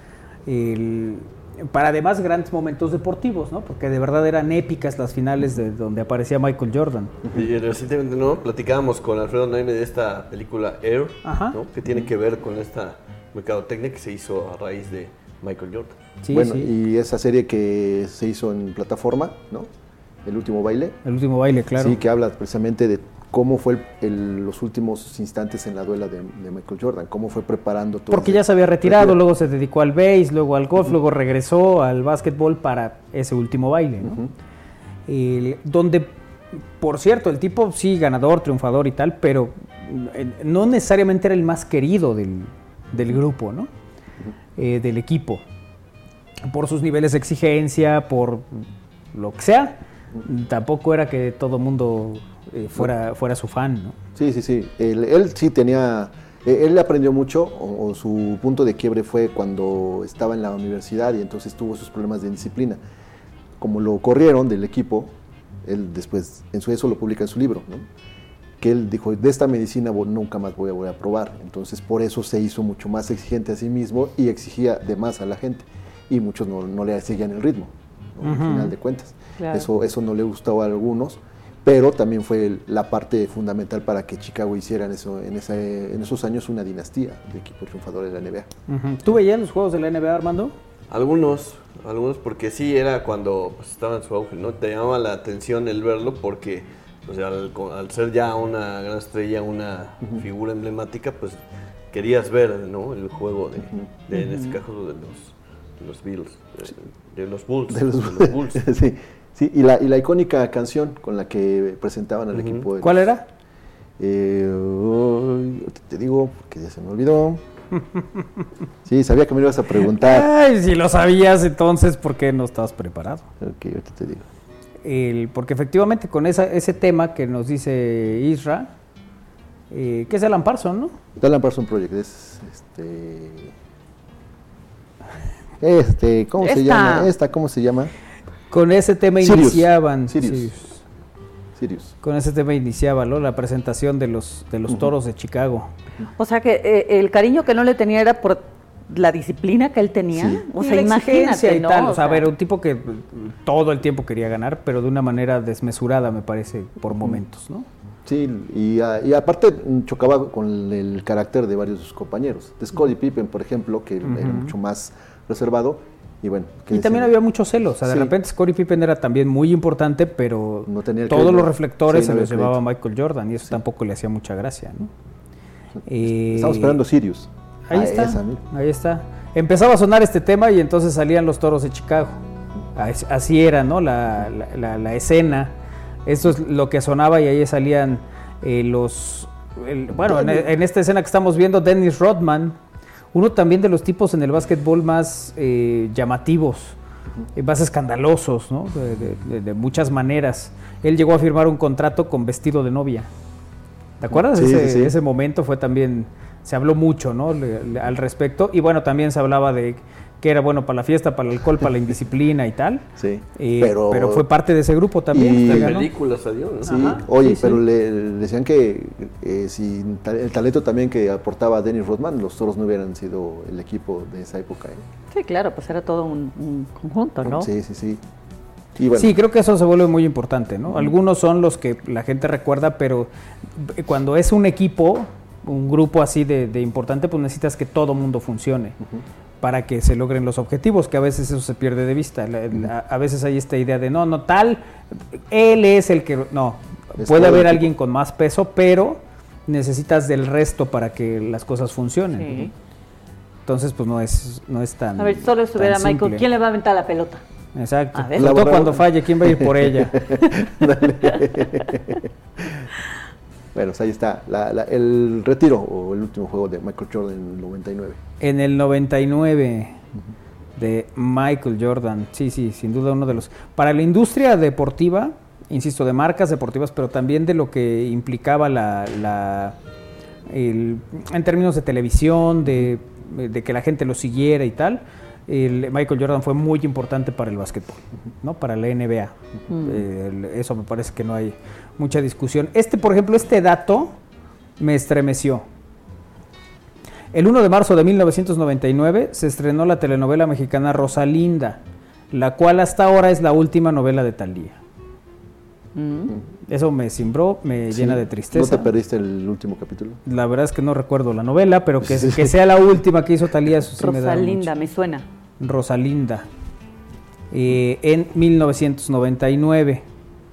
además grandes momentos deportivos, ¿no? Porque de verdad eran épicas las finales de donde aparecía Michael Jordan. Y recientemente, ¿no? Platicábamos con Alfredo Naime de esta película Air, ¿no? Que tiene que ver con esta mercadotecnia que se hizo a raíz de Michael Jordan. Sí, bueno, y esa serie que se hizo en plataforma, ¿no? El último baile. El último baile, claro. Sí, que habla precisamente de cómo fue los últimos instantes en la duela de Michael Jordan, cómo fue preparando todo. Porque ya se había retirado, luego se dedicó al béis, luego al golf, luego regresó al básquetbol para ese último baile, ¿no? Donde, por cierto, el tipo sí, ganador, triunfador y tal, pero no necesariamente era el más querido del grupo, ¿no? Del equipo. Por sus niveles de exigencia, por lo que sea, tampoco era que todo el mundo fuera su fan, ¿no? Sí. Él sí tenía... Él aprendió mucho, o su punto de quiebre fue cuando estaba en la universidad y entonces tuvo sus problemas de disciplina. Como lo corrieron del equipo, él después, eso lo publica en su libro, ¿no? Que él dijo, de esta medicina nunca más voy a probar. Entonces por eso se hizo mucho más exigente a sí mismo y exigía de más a la gente. Y muchos no le seguían el ritmo, ¿no? Al final de cuentas. Claro. Eso no le gustó a algunos, pero también fue la parte fundamental para que Chicago hiciera en esos años una dinastía de equipos triunfadores de la NBA. ¿Tú veías los juegos de la NBA, Armando? Algunos, porque sí era cuando estaba en su auge, ¿no? Te llamaba la atención el verlo porque, o sea, al ser ya una gran estrella, una figura emblemática, pues querías ver, ¿no? El juego en este caso de los Bills, de los Bulls. De los Bulls. Sí, y la icónica canción con la que presentaban al equipo. ¿Cuál era? Te digo, porque ya se me olvidó. Sí, sabía que me lo ibas a preguntar. Ay, si lo sabías, entonces, ¿por qué no estabas preparado? Ok, ahorita te digo. Porque efectivamente con ese tema que nos dice Isra, que es Alan Parsons, ¿no? Alan Parsons Project, es ¿cómo se llama? ¿Cómo se llama? Con ese tema Sirius. iniciaban. Sirius. Con ese tema iniciaba, ¿no? La presentación de los Toros de Chicago. O sea que el cariño que no le tenía era por la disciplina que él tenía. Sí. O sea, imagínate, ¿no? Tal. O sea, era un tipo que todo el tiempo quería ganar, pero de una manera desmesurada, me parece, por momentos, ¿no? Sí, y aparte chocaba con el carácter de varios de sus compañeros. De Scottie Pippen, por ejemplo, que era mucho más reservado. Y bueno, también había mucho celo, o sea, de repente Scottie Pippen era también muy importante, pero no tenía todos los reflectores se los llevaba Michael Jordan y eso tampoco le hacía mucha gracia, ¿no? Estamos esperando Sirius. Ahí está. Empezaba a sonar este tema y entonces salían los Toros de Chicago. Así era, ¿no? La escena. Esto es lo que sonaba y ahí salían en esta escena que estamos viendo, Dennis Rodman. Uno también de los tipos en el básquetbol más llamativos, más escandalosos, ¿no? De muchas maneras. Él llegó a firmar un contrato con vestido de novia. ¿Te acuerdas? Ese momento fue también, se habló mucho, ¿no? Al respecto. Y bueno, también se hablaba de que era bueno para la fiesta, para el alcohol, para la indisciplina y tal. Sí. Pero fue parte de ese grupo también. Y películas salió, ¿no? Sí. Oye, pero le decían que si el talento también que aportaba Dennis Rodman, los Toros no hubieran sido el equipo de esa época. Sí, claro, pues era todo un conjunto, ¿no? Sí. Y bueno. Sí, creo que eso se vuelve muy importante, ¿no? Algunos son los que la gente recuerda, pero cuando es un equipo, un grupo así de importante, pues necesitas que todo mundo funcione. Para que se logren los objetivos, que a veces eso se pierde de vista. A veces hay esta idea de no tal, él es el que... No, puede haber alguien con más peso, pero necesitas del resto para que las cosas funcionen. Sí. Entonces, pues no es tan... A ver, solo estuviera Michael, simple. ¿Quién le va a aventar la pelota? Exacto. Justo cuando falle, ¿quién va a ir por ella? Bueno, pues ahí está, el retiro o el último juego de Michael Jordan en el 99. En el 99 de Michael Jordan, sí, sin duda uno de los... Para la industria deportiva, insisto, de marcas deportivas, pero también de lo que implicaba en términos de televisión, de que la gente lo siguiera y tal, Michael Jordan fue muy importante para el básquetbol, ¿no? Para la NBA. Eso me parece que no hay mucha discusión. Por ejemplo, este dato me estremeció. El 1 de marzo de 1999 se estrenó la telenovela mexicana Rosalinda, la cual hasta ahora es la última novela de Thalía. Eso me cimbró, me llena de tristeza. ¿No te perdiste el último capítulo? La verdad es que no recuerdo la novela, pero que sea la última que hizo Thalía, eso sí Rosalinda, me suena. Rosalinda. En 1999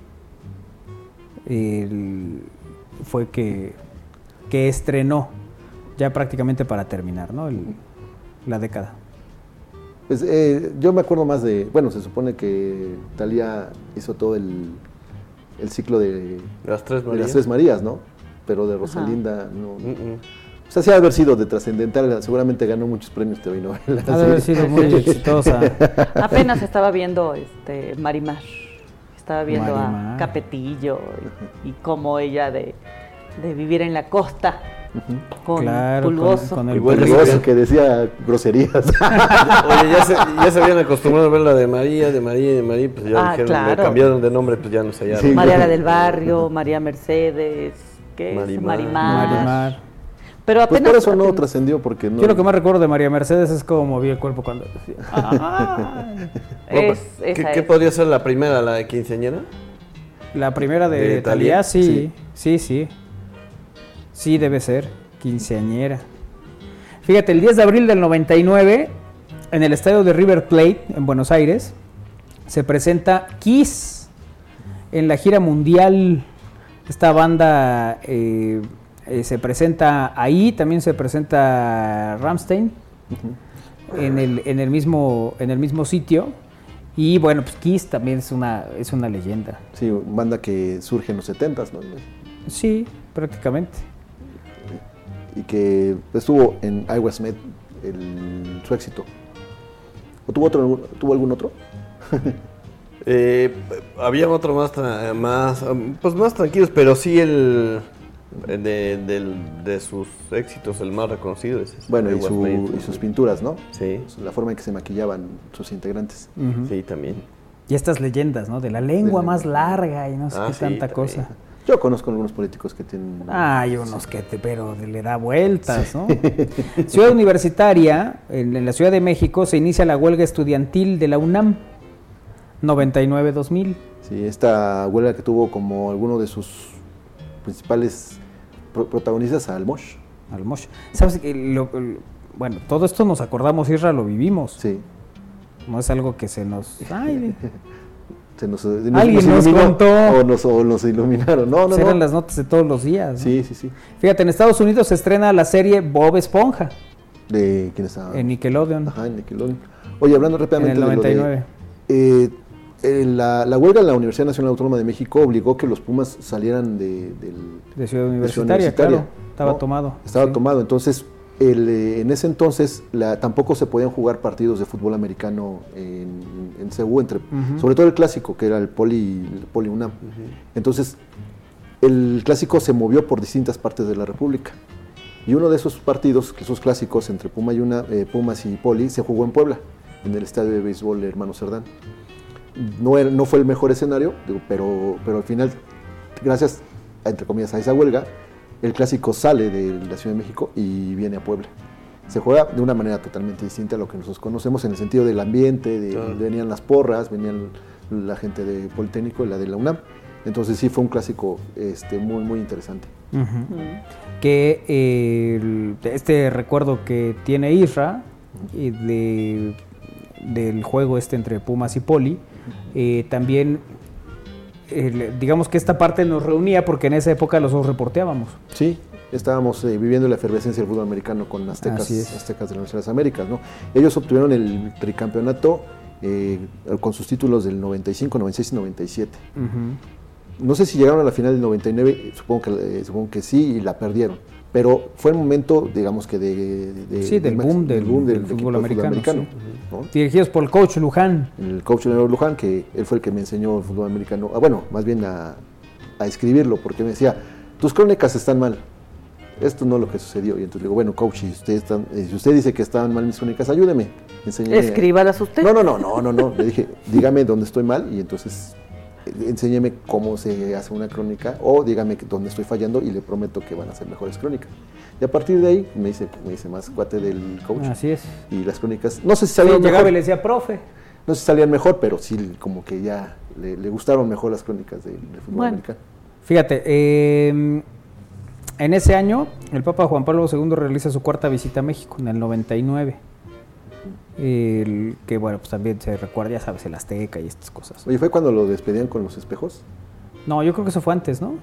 fue que estrenó, ya prácticamente para terminar, ¿no? La década. Pues yo me acuerdo más de, bueno, se supone que Thalía hizo todo el ciclo de las tres Marías, ¿no? Pero de Rosalinda no. O sea, sí ha de haber sido de trascendental, seguramente ganó muchos premios TV y novelas. Ha de haber sido muy exitosa. Apenas estaba viendo Marimar. Estaba viendo a Capetillo y cómo ella de vivir en la costa. Con Pulgoso. Con el Pulgoso que decía groserías. Oye, ya se habían acostumbrado a ver la de María, pues ya dijeron, claro. Le cambiaron de nombre, pues ya no se hallaron. Sí. María la del Barrio, María Mercedes, Marimar. Pero apenas pues por eso no trascendió, porque no. Yo lo que más recuerdo de María Mercedes es cómo movía el cuerpo cuando decía. ¿Qué podría ser la primera, la de quinceañera? La primera de Thalía, sí. Sí, debe ser, quinceañera. Fíjate, el 10 de abril del 99, en el estadio de River Plate, en Buenos Aires, se presenta Kiss en la gira mundial. Esta banda se presenta ahí, también se presenta Rammstein en el mismo sitio. Y bueno, pues Kiss también es una leyenda. Sí, banda que surge en los 70s, ¿no? Sí, prácticamente. Y que estuvo en I Was Made su éxito. ¿O tuvo algún otro? Había otro más tranquilos, pero sí de sus éxitos el más reconocido es ese. Bueno, y sus pinturas, ¿no? Sí. La forma en que se maquillaban sus integrantes. Sí, también. Y estas leyendas, ¿no? De la lengua más larga y no sé qué tanta cosa. Yo conozco algunos políticos que tienen... Hay unos pero le da vueltas, ¿no? Ciudad Universitaria, en la Ciudad de México, se inicia la huelga estudiantil de la UNAM, 99-2000. Sí, esta huelga que tuvo como alguno de sus principales protagonistas a Almosh. ¿Sabes? Bueno, todo esto nos acordamos, Isra, lo vivimos. Sí. No es algo que se nos... Alguien nos contó. O nos iluminaron. No. Eran las notas de todos los días, ¿no? Sí. Fíjate, en Estados Unidos se estrena la serie Bob Esponja. ¿De quién estaba? En Nickelodeon. Ajá, en Nickelodeon. Oye, hablando rápidamente en el 99. La huelga en la Universidad Nacional Autónoma de México obligó que los Pumas salieran de Ciudad Universitaria, claro. Estaba tomado. Entonces, en ese entonces tampoco se podían jugar partidos de fútbol americano en CU, sobre todo el clásico, que era el Poli UNAM. Entonces, el clásico se movió por distintas partes de la República. Y uno de esos partidos, esos clásicos entre Pumas y Poli, se jugó en Puebla, en el estadio de béisbol Hermano Cerdán. No fue el mejor escenario, pero al final, gracias, entre comillas, a esa huelga, el clásico sale de la Ciudad de México y viene a Puebla. Se juega de una manera totalmente distinta a lo que nosotros conocemos en el sentido del ambiente, venían las porras, venían la gente de Politécnico y la de la UNAM. Entonces sí fue un clásico muy, muy interesante. Que este recuerdo que tiene Isra del juego entre Pumas y Poli, también digamos que esta parte nos reunía porque en esa época los dos reporteábamos. Sí, estábamos viviendo la efervescencia del fútbol americano con Aztecas de la Universidad de las Américas, ¿no? Ellos obtuvieron el tricampeonato con sus títulos del 95, 96 y 97. No sé si llegaron a la final del 99, supongo que sí, y la perdieron. Pero fue el momento, digamos que del boom del fútbol americano. ¿No? Dirigidos por el coach Luján. El coach Luján, que él fue el que me enseñó el fútbol americano, más bien a escribirlo, porque me decía, tus crónicas están mal, esto no es lo que sucedió. Y entonces le digo, bueno, coach, si usted dice que estaban mal mis crónicas, ayúdeme, enséñeme. Escríbalas usted. No, le dije, dígame dónde estoy mal y entonces enséñeme cómo se hace una crónica o dígame dónde estoy fallando y le prometo que van a ser mejores crónicas. Y a partir de ahí me hice más cuate del coach. Así es. Y las crónicas, no sé si salían mejor. Llegaba y le decía, profe. No sé si salían mejor, pero sí como que ya le gustaron mejor las crónicas del fútbol americano. Fíjate, en ese año el Papa Juan Pablo II realiza su cuarta visita a México, en el 99. Que pues también se recuerda, ya sabes, el Azteca y estas cosas. Oye, ¿fue cuando lo despedían con los espejos? No, yo creo que eso fue antes, ¿no?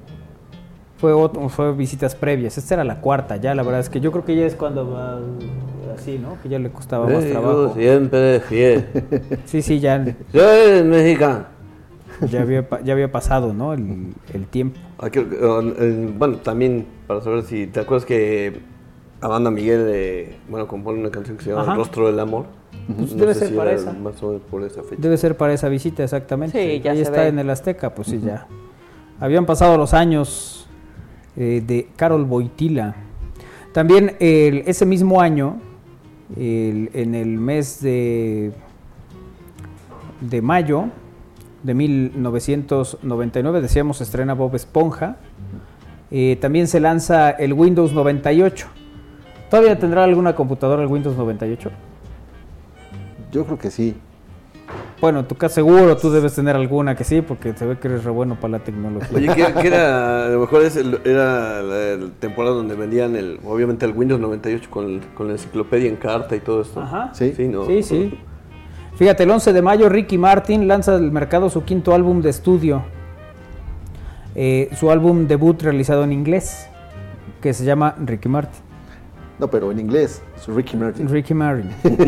Fue visitas previas. Esta era la cuarta, ya la verdad es que yo creo que ya es cuando va así, ¿no? Que ya le costaba más trabajo. Siempre fiel. Sí, ya. Soy mexicano. Ya había pasado, ¿no? El tiempo. También para saber si te acuerdas que Amanda Miguel compone una canción que se llama El Rostro del Amor. Pues debe ser para esa. Más o menos por esa fecha. Debe ser para esa visita, exactamente. Sí, ya ahí se está ve. En el Azteca, pues sí, ya. Habían pasado los años de Karol Wojtyła. También ese mismo año, en el mes de mayo de 1999, decíamos, estrena Bob Esponja. También se lanza el Windows 98. ¿Todavía tendrá alguna computadora el Windows 98? Yo creo que sí. Bueno, en tu caso seguro tú debes tener alguna que sí, porque se ve que eres re bueno para la tecnología. Oye, ¿qué era? A lo mejor era la temporada donde vendían obviamente el Windows 98 con la enciclopedia en carta y todo esto. Ajá. Sí, ¿no? Sí. Fíjate, el 11 de mayo Ricky Martin lanza al mercado su quinto álbum de estudio. Su álbum debut realizado en inglés, que se llama Ricky Martin. No, pero en inglés, es Ricky Martin. Ricky Martin.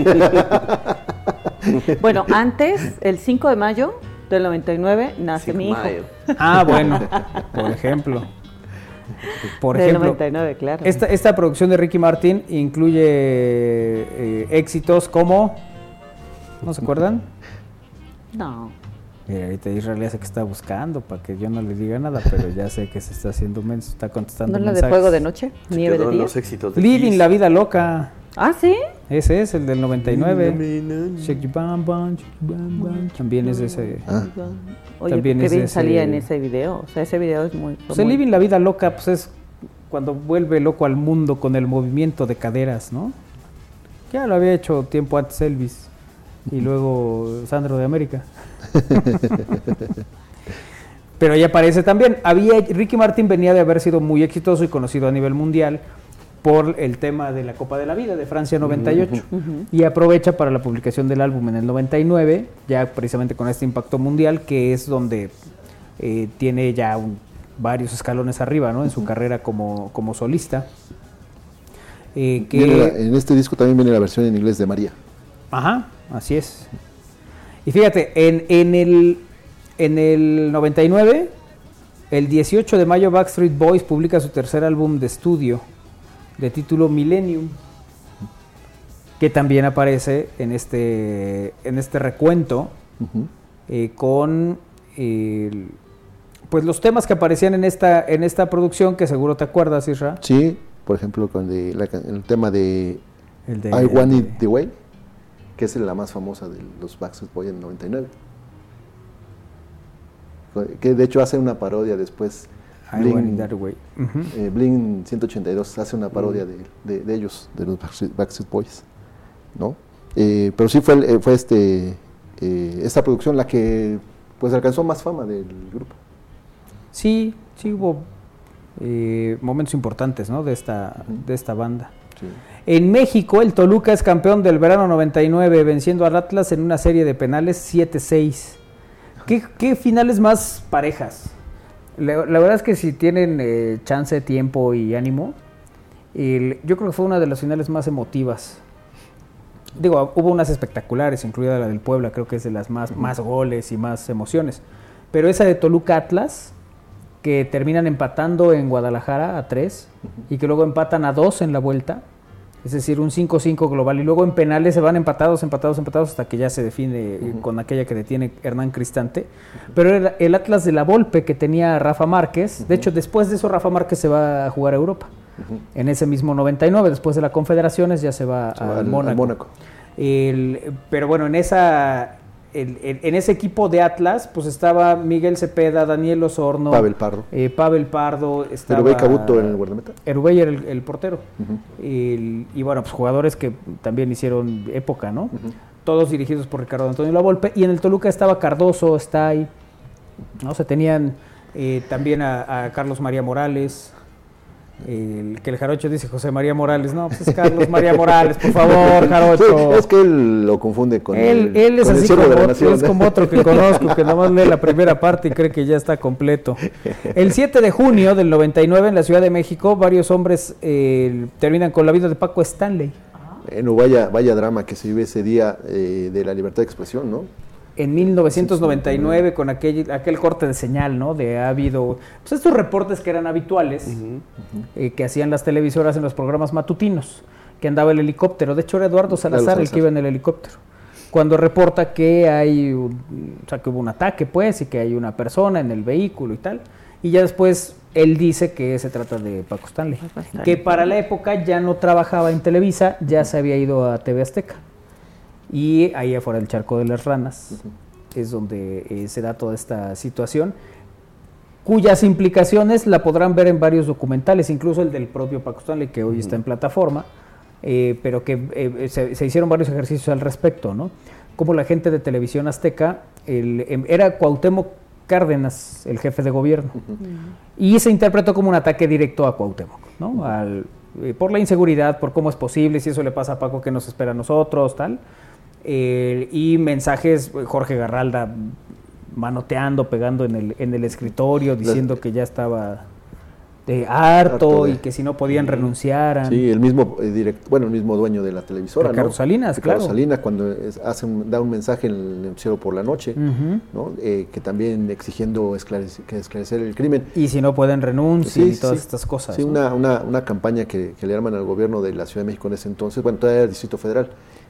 Bueno, antes, el 5 de mayo del 99, nace mi hijo. Bueno, por ejemplo. Del 99, claro. Esta producción de Ricky Martin incluye éxitos como... ¿No se acuerdan? No. Mira, ahorita Israel ya sé que está buscando para que yo no le diga nada, pero ya sé que se está haciendo menso, está contestando mensajes. ¿No es la de Fuego de Noche? ¿Nieve de día? Los éxitos de Living la vida loca. ¿Ah, sí? Ese es el del 99. Shake your bam bam, también es ese. Oye, también qué bien salía en ese video. O sea, ese video es muy... Pues el Living la vida loca, pues es cuando vuelve loco al mundo con el movimiento de caderas, ¿no? Ya lo había hecho tiempo antes Elvis. Y luego Sandro de América. Pero ya aparece también. Ricky Martin venía de haber sido muy exitoso y conocido a nivel mundial por el tema de la Copa de la Vida de Francia 98. Y aprovecha para la publicación del álbum en el 99, ya precisamente con este impacto mundial, que es donde tiene ya varios escalones arriba, ¿no? En su carrera como solista. En este disco también viene la versión en inglés de María. Ajá, así es. Y fíjate, en el 99, el 18 de mayo Backstreet Boys publica su tercer álbum de estudio de título Millennium, que también aparece en este recuento con pues los temas que aparecían en esta producción, que seguro te acuerdas, Isra. Sí, por ejemplo, con el tema de I Want It The Way, que es la más famosa de los Backstreet Boys en 99. Que de hecho hace una parodia después. Blink 182 hace una parodia de ellos, de los Backstreet Boys, ¿no? Pero sí fue esta producción la que pues alcanzó más fama del grupo. Sí hubo momentos importantes, ¿no? de esta banda. Sí. En México, el Toluca es campeón del verano 99, venciendo al Atlas en una serie de penales 7-6. ¿Qué finales más parejas? La verdad es que si tienen chance, tiempo y ánimo, yo creo que fue una de las finales más emotivas. Digo, hubo unas espectaculares, incluida la del Puebla, creo que es de las más goles y más emociones. Pero esa de Toluca Atlas, que terminan empatando en Guadalajara a 3 y que luego empatan a 2 en la vuelta, es decir, un 5-5 global, y luego en penales se van empatados hasta que ya se define con aquella que detiene Hernán Cristante. Pero era el Atlas de la Volpe, que tenía Rafa Márquez. De hecho, después de eso Rafa Márquez se va a jugar a Europa. En ese mismo 99, después de las Confederaciones, ya se va al Mónaco. Pero bueno, en ese equipo de Atlas, pues estaba Miguel Cepeda, Daniel Osorno, Pavel Pardo, estaba Erubey Cabuto en el guardameta. Erubey era el portero. Y bueno, pues jugadores que también hicieron época, ¿no? Todos dirigidos por Ricardo Antonio Lavolpe. Y en el Toluca estaba Cardoso, Stay, ¿no? Se tenían también a Carlos María Morales. Que el Jarocho dice José María Morales, no, pues es Carlos María Morales, por favor, Jarocho. Sí, es que él lo confunde con él es así como otro que conozco, que nada más lee la primera parte y cree que ya está completo. El 7 de junio del 99 en la Ciudad de México, varios hombres terminan con la vida de Paco Stanley. No, vaya drama que se vive ese día de la libertad de expresión, ¿no? En 1999, con aquel corte de señal, ¿no? Ha habido pues estos reportes que eran habituales, que hacían las televisoras en los programas matutinos, que andaba el helicóptero. De hecho, era Eduardo Salazar el que iba en el helicóptero. Cuando reporta que que hubo un ataque, pues, y que hay una persona en el vehículo y tal. Y ya después él dice que se trata de Paco Stanley, que para la época ya no trabajaba en Televisa, ya se había ido a TV Azteca. Y ahí afuera del Charco de las Ranas es donde se da toda esta situación, cuyas implicaciones la podrán ver en varios documentales, incluso el del propio Paco Stanley, que hoy está en plataforma, pero que se hicieron varios ejercicios al respecto, ¿no? Como la gente de Televisión Azteca, era Cuauhtémoc Cárdenas el jefe de gobierno, y se interpretó como un ataque directo a Cuauhtémoc, ¿no? Por la inseguridad, por cómo es posible, si eso le pasa a Paco, ¿qué nos espera a nosotros, tal? Y mensajes, Jorge Garralda manoteando, pegando en el escritorio, diciendo que ya estaba harto y que si no podían renunciaran. Sí, el mismo el mismo dueño de la televisora, Ricardo Salinas, claro. Salinas, cuando da un mensaje en el noticiero por la noche, ¿no? Que también exigiendo esclarecer el crimen. Y si no pueden renunciar y todas estas cosas. Sí, ¿no? una campaña que le arman al gobierno de la Ciudad de México en ese entonces, bueno, todavía era el Distrito Federal,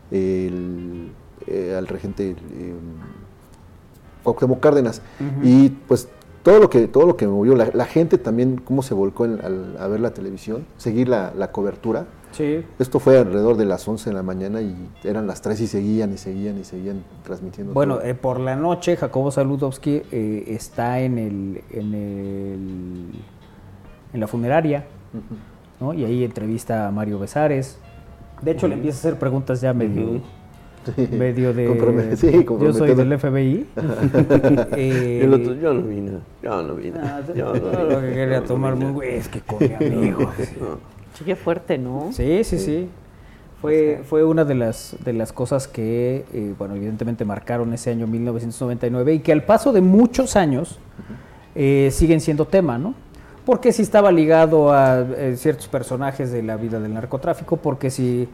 al regente Cuauhtémoc Cárdenas, y pues todo lo que movió, la gente también, cómo se volcó a ver la televisión, seguir la cobertura. Sí. Esto fue alrededor de las 11 de la mañana y eran las 3 y seguían transmitiendo. Bueno, por la noche Jacobo Saludowski está en la funeraria, ¿no? Y ahí entrevista a Mario Besares. De hecho, le empieza a hacer preguntas ya medio de... yo soy del FBI. El otro, yo no vi nada. Yo lo que quería tomar muy güey, es que con mi amigo. Sí, qué fuerte, ¿no? Sí. Fue una de las cosas que, evidentemente marcaron ese año 1999 y que al paso de muchos años siguen siendo tema, ¿no? Porque sí estaba ligado a ciertos personajes de la vida del narcotráfico, porque sí,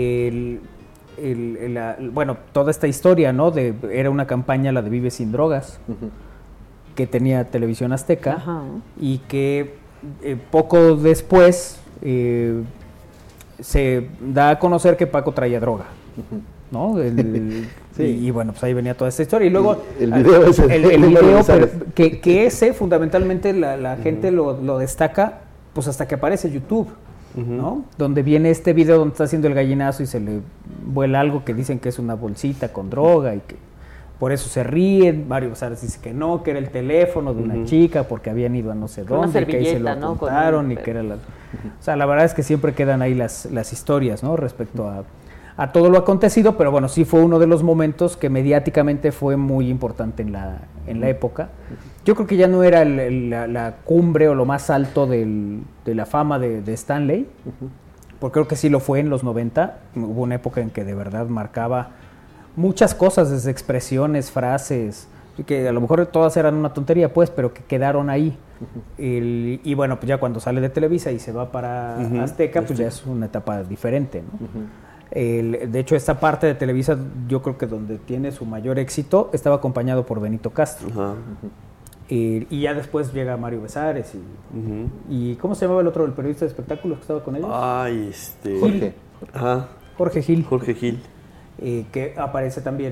toda esta historia, ¿no? Era una campaña, la de Vive Sin Drogas, que tenía Televisión Azteca, y que poco después se da a conocer que Paco traía droga, ¿no? Sí. Y bueno, pues ahí venía toda esta historia. Y luego el video es el video, pero que ese fundamentalmente la gente lo destaca pues hasta que aparece YouTube, ¿no? Donde viene este video donde está haciendo el gallinazo y se le vuela algo que dicen que es una bolsita con droga y que por eso se ríen. Mario Besares dice que no, que era el teléfono de una chica porque habían ido a no sé dónde, que ahí se lo apuntaron, ¿no? Y que era la... O sea, la verdad es que siempre quedan ahí las historias, ¿no? Respecto a todo lo acontecido, pero bueno, sí fue uno de los momentos que mediáticamente fue muy importante en la época. Yo creo que ya no era la cumbre o lo más alto de la fama de Stanley, porque creo que sí lo fue en los 90. Hubo una época en que de verdad marcaba muchas cosas, desde expresiones, frases, que a lo mejor todas eran una tontería, pues, pero que quedaron ahí. Y bueno, pues ya cuando sale de Televisa y se va para Azteca, pues ya es una etapa diferente, ¿no? De hecho, esta parte de Televisa, yo creo que donde tiene su mayor éxito, estaba acompañado por Benito Castro. Y ya después llega Mario Besares y ¿cómo se llamaba el otro, el periodista de espectáculos que estaba con ellos? Jorge. Jorge Gil. Jorge Gil. Que aparece también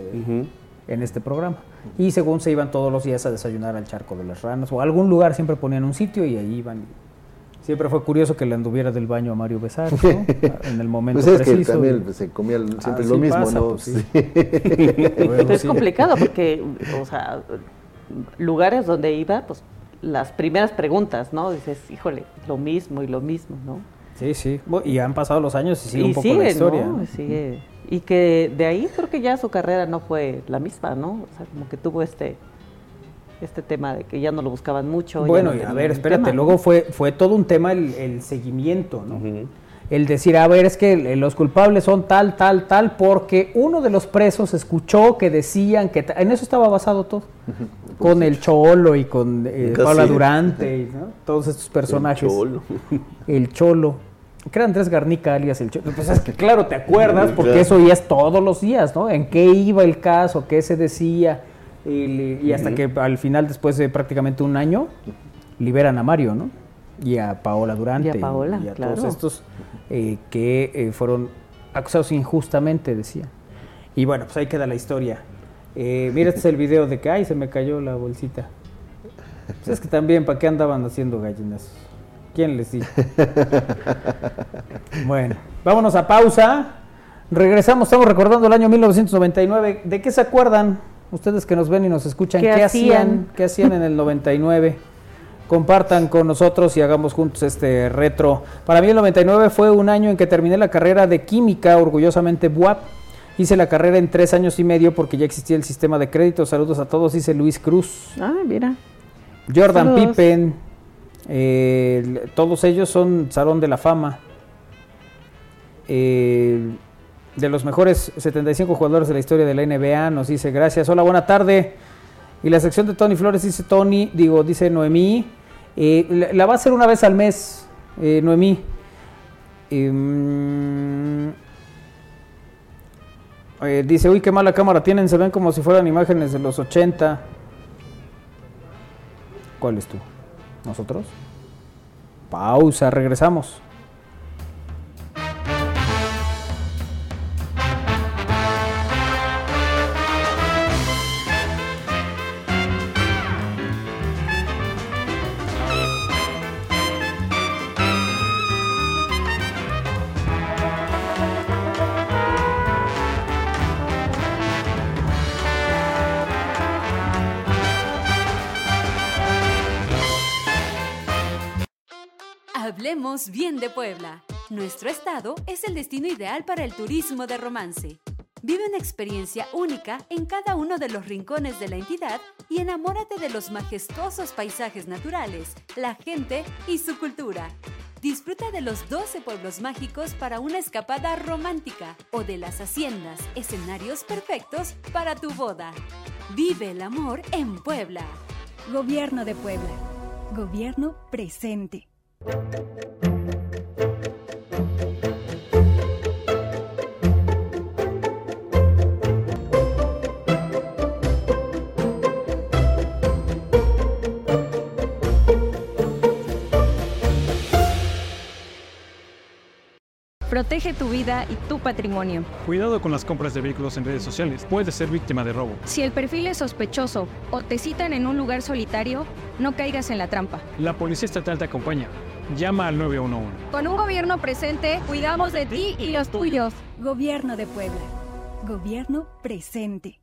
en este programa. Y según se iban todos los días a desayunar al Charco de las Ranas o a algún lugar, siempre ponían un sitio y ahí iban. Siempre fue curioso que le anduviera del baño a Mario Besares, ¿no? En el momento pues es preciso. Que también se comía siempre lo mismo, pasa, ¿no? Pues, sí. Pero es complicado porque, o sea, lugares donde iba, pues las primeras preguntas, ¿no? Dices, híjole, lo mismo y lo mismo, ¿no? Sí, sí. Y han pasado los años y sigue un poco la historia. ¿no? Sigue. Y que de ahí creo que ya su carrera no fue la misma, ¿no? O sea, como que tuvo este tema de que ya no lo buscaban mucho. Bueno, y a ver, espérate, tema, luego fue todo un tema el seguimiento, ¿no? El decir, a ver, es que los culpables son tal, porque uno de los presos escuchó que decían que... En eso estaba basado todo. Con el Cholo y con Paula Durante, ¿no? Todos estos personajes. El Cholo. Que era Andrés Garnica, alias el Cholo. Pues es que claro, te acuerdas, porque eso oías todos los días, ¿no? En qué iba el caso, qué se decía... Y hasta que al final, después de prácticamente un año, liberan a Mario, ¿no? Y a Paola Durante. Y a Paola, y a claro. todos estos que fueron acusados injustamente, decía. Y bueno, pues ahí queda la historia. Mira, este es el video de que, ay, se me cayó la bolsita. Pues es que también, ¿para qué andaban haciendo gallinas? ¿Quién les dijo? Bueno, vámonos a pausa. Regresamos, estamos recordando el año 1999. ¿De qué se acuerdan? Ustedes que nos ven y nos escuchan, ¿qué hacían en el 99? Compartan con nosotros y hagamos juntos este retro. Para mí el 99 fue un año en que terminé la carrera de química, orgullosamente BUAP. Hice la carrera en 3 años y medio porque ya existía el sistema de crédito. Saludos a todos, dice Luis Cruz. Ah, mira. Jordan Pippen, todos ellos son Salón de la Fama. De los mejores 75 jugadores de la historia de la NBA, nos dice, gracias, hola, buena tarde. Y la sección de Tony Flores dice Noemí, la va a hacer una vez al mes, Noemí. Dice, uy, qué mala cámara tienen, se ven como si fueran imágenes de los 80. ¿Cuál es tú? ¿Nosotros? Pausa, regresamos. Hablemos bien de Puebla. Nuestro estado es el destino ideal para el turismo de romance. Vive una experiencia única en cada uno de los rincones de la entidad y enamórate de los majestuosos paisajes naturales, la gente y su cultura. Disfruta de los 12 pueblos mágicos para una escapada romántica o de las haciendas, escenarios perfectos para tu boda. Vive el amor en Puebla. Gobierno de Puebla. Gobierno presente. Protege tu vida y tu patrimonio. Cuidado con las compras de vehículos en redes sociales. Puedes ser víctima de robo. Si el perfil es sospechoso o te citan en un lugar solitario, no caigas en la trampa. La Policía Estatal te acompaña. Llama al 911. Con un gobierno presente, cuidamos de ti y los tuyos. Gobierno de Puebla. Gobierno presente.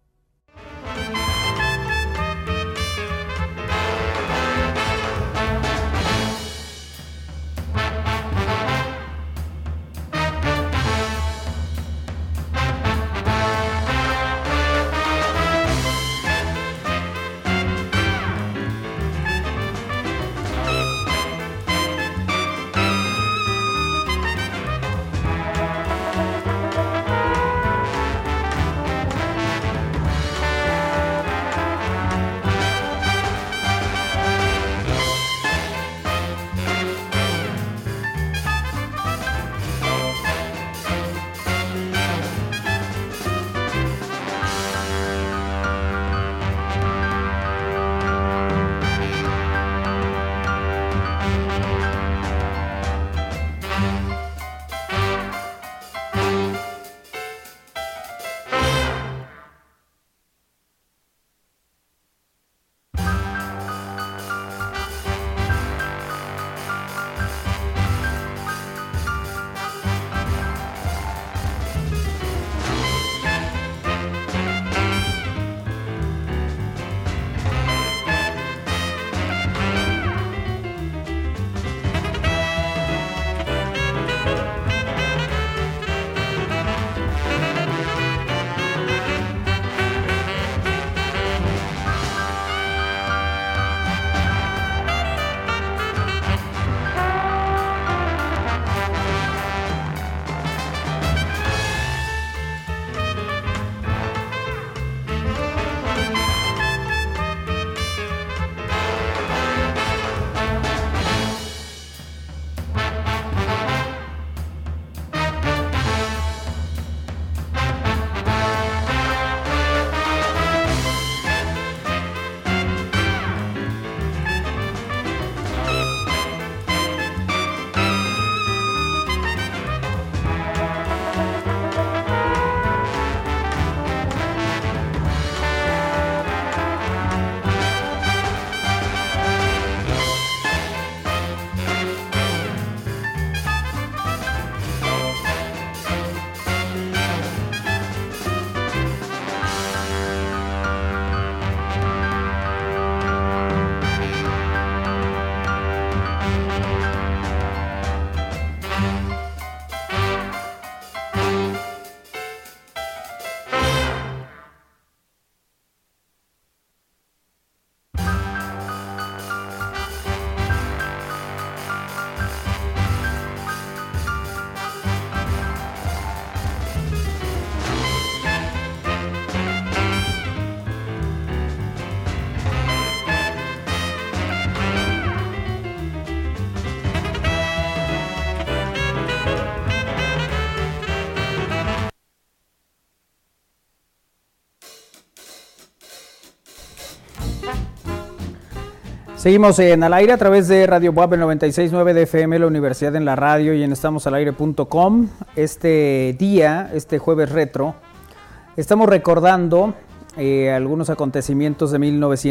Seguimos en Al Aire a través de Radio Buap 96.9 de FM, la Universidad en la Radio y en estamosalaire.com. Este día, este jueves retro, estamos recordando algunos acontecimientos de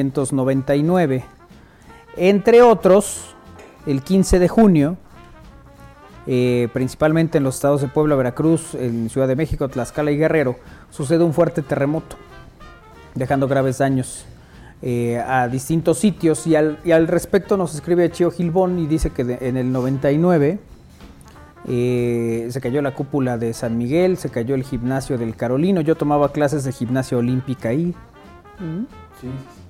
1999. Entre otros, el 15 de junio, principalmente en los estados de Puebla, Veracruz, en Ciudad de México, Tlaxcala y Guerrero, sucede un fuerte terremoto, dejando graves daños a distintos sitios, y al respecto nos escribe Chío Gilbón y dice que en el 99 se cayó la cúpula de San Miguel, se cayó el gimnasio del Carolino. Yo tomaba clases de gimnasia olímpica ahí. Sí.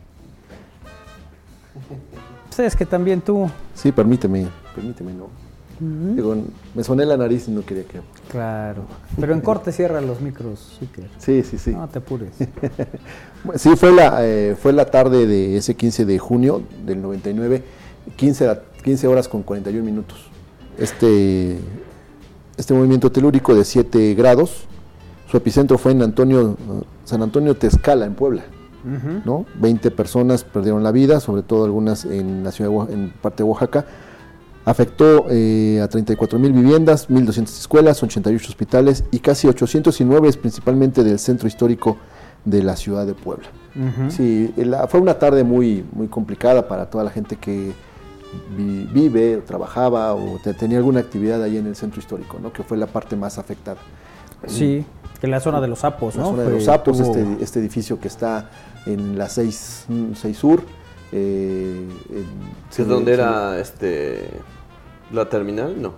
Pues es que también tú... Sí, permíteme, ¿no? Digo, me soné la nariz y no quería que... Claro, pero en corte cierra los micros, Zucker. Sí. No te apures. Sí, fue la tarde de ese 15 de junio del 99, 15 horas con 41 minutos. Este movimiento telúrico de 7 grados, su epicentro fue en San Antonio Tezcala, en Puebla. ¿No? 20 personas perdieron la vida, sobre todo algunas en la ciudad, en parte de Oaxaca. Afectó a 34,000 viviendas, 1,200 escuelas, 88 hospitales y casi 809 principalmente del centro histórico de la ciudad de Puebla. Sí, fue una tarde muy, muy complicada para toda la gente que vive, trabajaba o tenía alguna actividad ahí en el centro histórico, ¿no? Que fue la parte más afectada. Sí, que la zona de los Sapos, ¿no? La zona de los Sapos, este edificio que está en la 6 Sur. ¿Es donde era la terminal? No.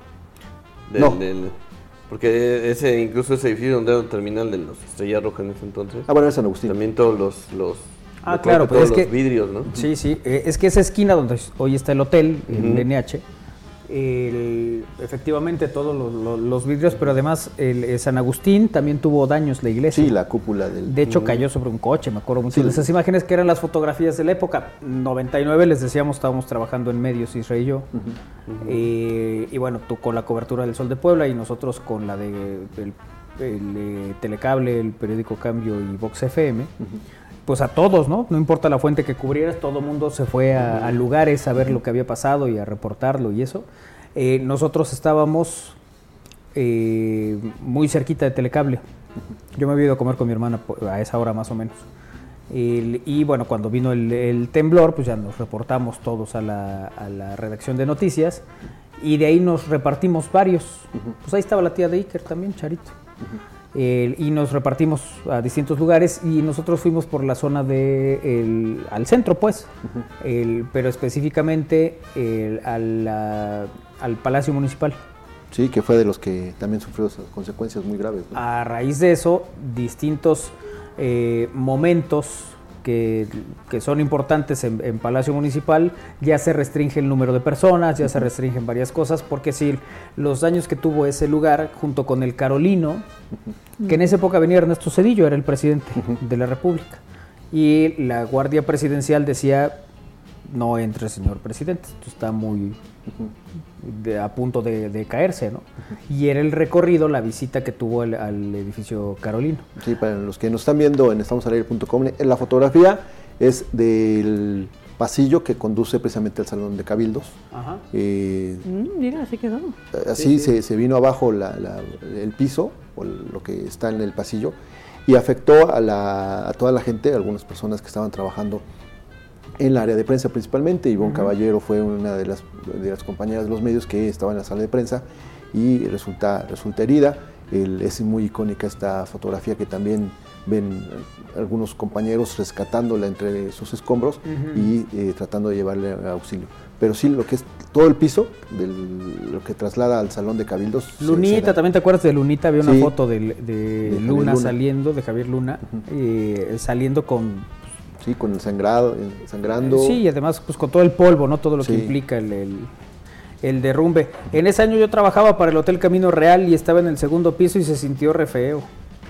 Porque incluso ese edificio donde era la terminal de los Estrella Roja en ese entonces. Bueno, es San Agustín. También todos los claro, pues todos los vidrios, ¿no? Sí, es que esa esquina donde hoy está el hotel, el NH, efectivamente todos los vidrios, pero además el San Agustín también tuvo daños, la iglesia. Sí, la cúpula de hecho cayó sobre un coche, me acuerdo mucho de esas imágenes que eran las fotografías de la época. 99 les decíamos, estábamos trabajando en medios, Israel y yo, y bueno, tú con la cobertura del Sol de Puebla y nosotros con la de el Telecable, el periódico Cambio y Vox FM. Pues a todos, ¿no? No importa la fuente que cubrieras, todo el mundo se fue a lugares a ver lo que había pasado y a reportarlo y eso. Nosotros estábamos muy cerquita de Telecable. Yo me había ido a comer con mi hermana a esa hora más o menos. Y bueno, cuando vino el temblor, pues ya nos reportamos todos a la redacción de noticias y de ahí nos repartimos varios. Pues ahí estaba la tía de Iker también, Charito. Y nos repartimos a distintos lugares y nosotros fuimos por la zona al centro, pues, pero específicamente al Palacio Municipal. Sí, que fue de los que también sufrió esas consecuencias muy graves, ¿no? A raíz de eso, distintos momentos que son importantes en Palacio Municipal, ya se restringe el número de personas, ya se restringen varias cosas, porque sí, los daños que tuvo ese lugar, junto con el Carolino, que en esa época venía Ernesto Zedillo, era el presidente de la República, y la Guardia Presidencial decía, no entre, señor presidente, esto está muy a punto de caerse, ¿no? Y era el recorrido, la visita que tuvo al edificio Carolino. Sí, para los que nos están viendo en estamosalaire.com, la fotografía es del pasillo que conduce precisamente al Salón de Cabildos. Ajá. Mira, así quedó. Así sí. Se vino abajo el piso, o lo que está en el pasillo, y afectó a toda la gente, algunas personas que estaban trabajando en el área de prensa principalmente. Ivonne Caballero fue una de las compañeras de los medios que estaba en la sala de prensa y resulta herida. Es muy icónica esta fotografía que también ven algunos compañeros rescatándola entre sus escombros y tratando de llevarle auxilio. Pero sí, lo que es todo el piso, lo que traslada al Salón de Cabildos. Lunita, ¿también te acuerdas de Lunita? Había una foto de Luna saliendo, de Javier Luna, saliendo con... Sí, con el sangrando. Sí, y además pues con todo el polvo, ¿no? Todo lo que implica el derrumbe. En ese año yo trabajaba para el Hotel Camino Real y estaba en el segundo piso y se sintió re feo.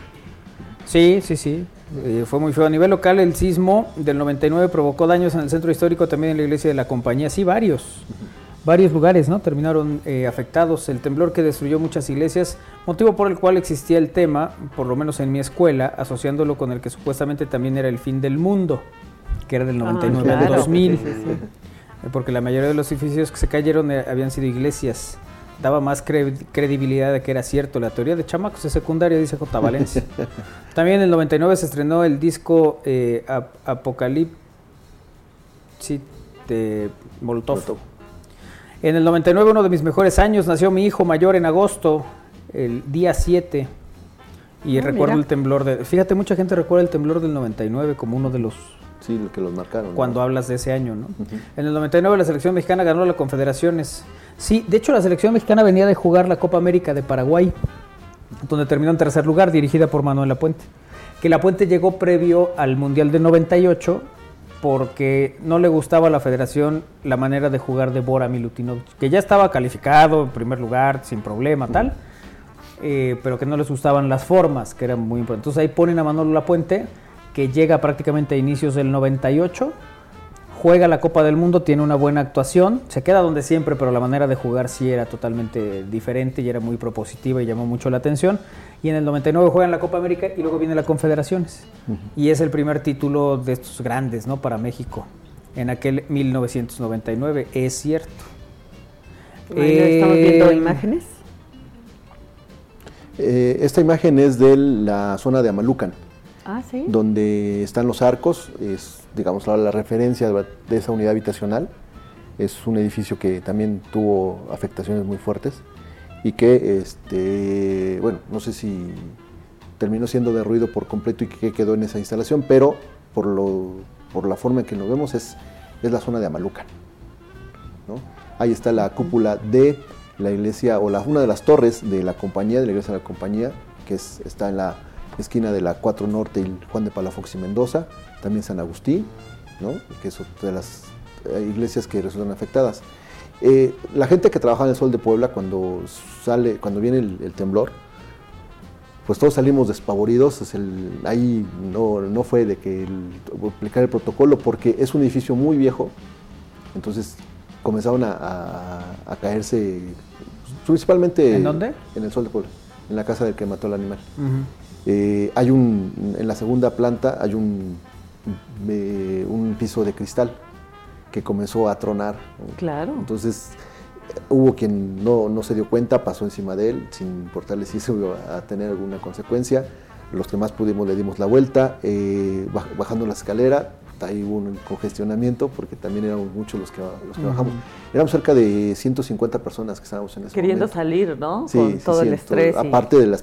Sí. Fue muy feo. A nivel local, el sismo del 99 provocó daños en el centro histórico, también en la iglesia de la Compañía. Sí, varios lugares, ¿no? Terminaron afectados. El temblor que destruyó muchas iglesias, motivo por el cual existía el tema, por lo menos en mi escuela, asociándolo con el que supuestamente también era el fin del mundo, que era del 99 al 2000. Sí. Porque la mayoría de los edificios que se cayeron habían sido iglesias. Daba más credibilidad de que era cierto. La teoría de chamacos de secundaria, dice J. Valencia. También en el 99 se estrenó el disco Apocalipsis de Molotov. En el 99, uno de mis mejores años, nació mi hijo mayor en agosto, el día 7. Y recuerdo el temblor fíjate, mucha gente recuerda el temblor del 99 como uno de los... Sí, lo que los marcaron. Cuando hablas de ese año, ¿no? En el 99 la selección mexicana ganó la Confederaciones. Sí, de hecho la selección mexicana venía de jugar la Copa América de Paraguay, donde terminó en tercer lugar, dirigida por Manuel Lapuente. Que Lapuente llegó previo al Mundial del 98 porque no le gustaba a la federación la manera de jugar de Bora Milutinovic, que ya estaba calificado en primer lugar, sin problema, tal, pero que no les gustaban las formas, que eran muy importantes. Entonces ahí ponen a Manuel Lapuente, que llega prácticamente a inicios del 98, juega la Copa del Mundo, tiene una buena actuación, se queda donde siempre, pero la manera de jugar sí era totalmente diferente y era muy propositiva y llamó mucho la atención. Y en el 99 juegan la Copa América y luego viene la Confederaciones. Y es el primer título de estos grandes, ¿no? Para México, en aquel 1999, es cierto. ¿Estamos viendo imágenes? Esta imagen es de la zona de Amalucan. Ah, sí. Donde están los arcos, es, digamos, la referencia de esa unidad habitacional. Es un edificio que también tuvo afectaciones muy fuertes y que, bueno, no sé si terminó siendo derruido por completo y que quedó en esa instalación, pero por la forma en que nos vemos es la zona de Amalucan, ¿no? Ahí está la cúpula de la iglesia, o una de las torres de la compañía, de la iglesia de la compañía, que está en la esquina de la 4 Norte y Juan de Palafox y Mendoza, también San Agustín, ¿no? Que es otra de las iglesias que resultan afectadas. La gente que trabaja en el Sol de Puebla, cuando viene el temblor, pues todos salimos despavoridos. Ahí no fue de que aplicar el protocolo, porque es un edificio muy viejo, entonces comenzaron a caerse, principalmente... ¿En dónde? En el Sol de Puebla, en la casa del que mató al animal. En la segunda planta hay un piso de cristal que comenzó a tronar. Claro. Entonces hubo quien no se dio cuenta, pasó encima de él, sin importarle si eso iba a tener alguna consecuencia. Los que más pudimos le dimos la vuelta, bajando la escalera. Ahí hubo un congestionamiento porque también éramos muchos los que bajamos. Éramos cerca de 150 personas que estábamos en ese queriendo momento. Salir, ¿no? Sí, con todo el estrés. Aparte de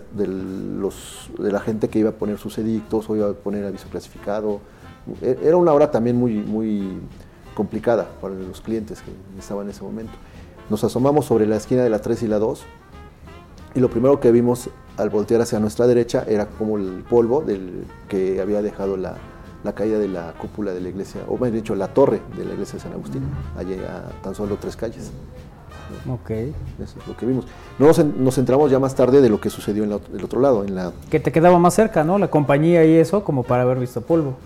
la gente que iba a poner sus edictos o iba a poner aviso clasificado. Era una hora también muy, muy complicada para los clientes que estaban en ese momento. Nos asomamos sobre la esquina de la 3 y la 2 y lo primero que vimos al voltear hacia nuestra derecha era como el polvo que había dejado la caída de la cúpula de la iglesia, o más dicho, la torre de la iglesia de San Agustín, allí a tan solo 3 calles. Ok. Eso es lo que vimos. Nos enteramos ya más tarde de lo que sucedió del otro lado. Que te quedaba más cerca, ¿no? La compañía y eso, como para haber visto polvo.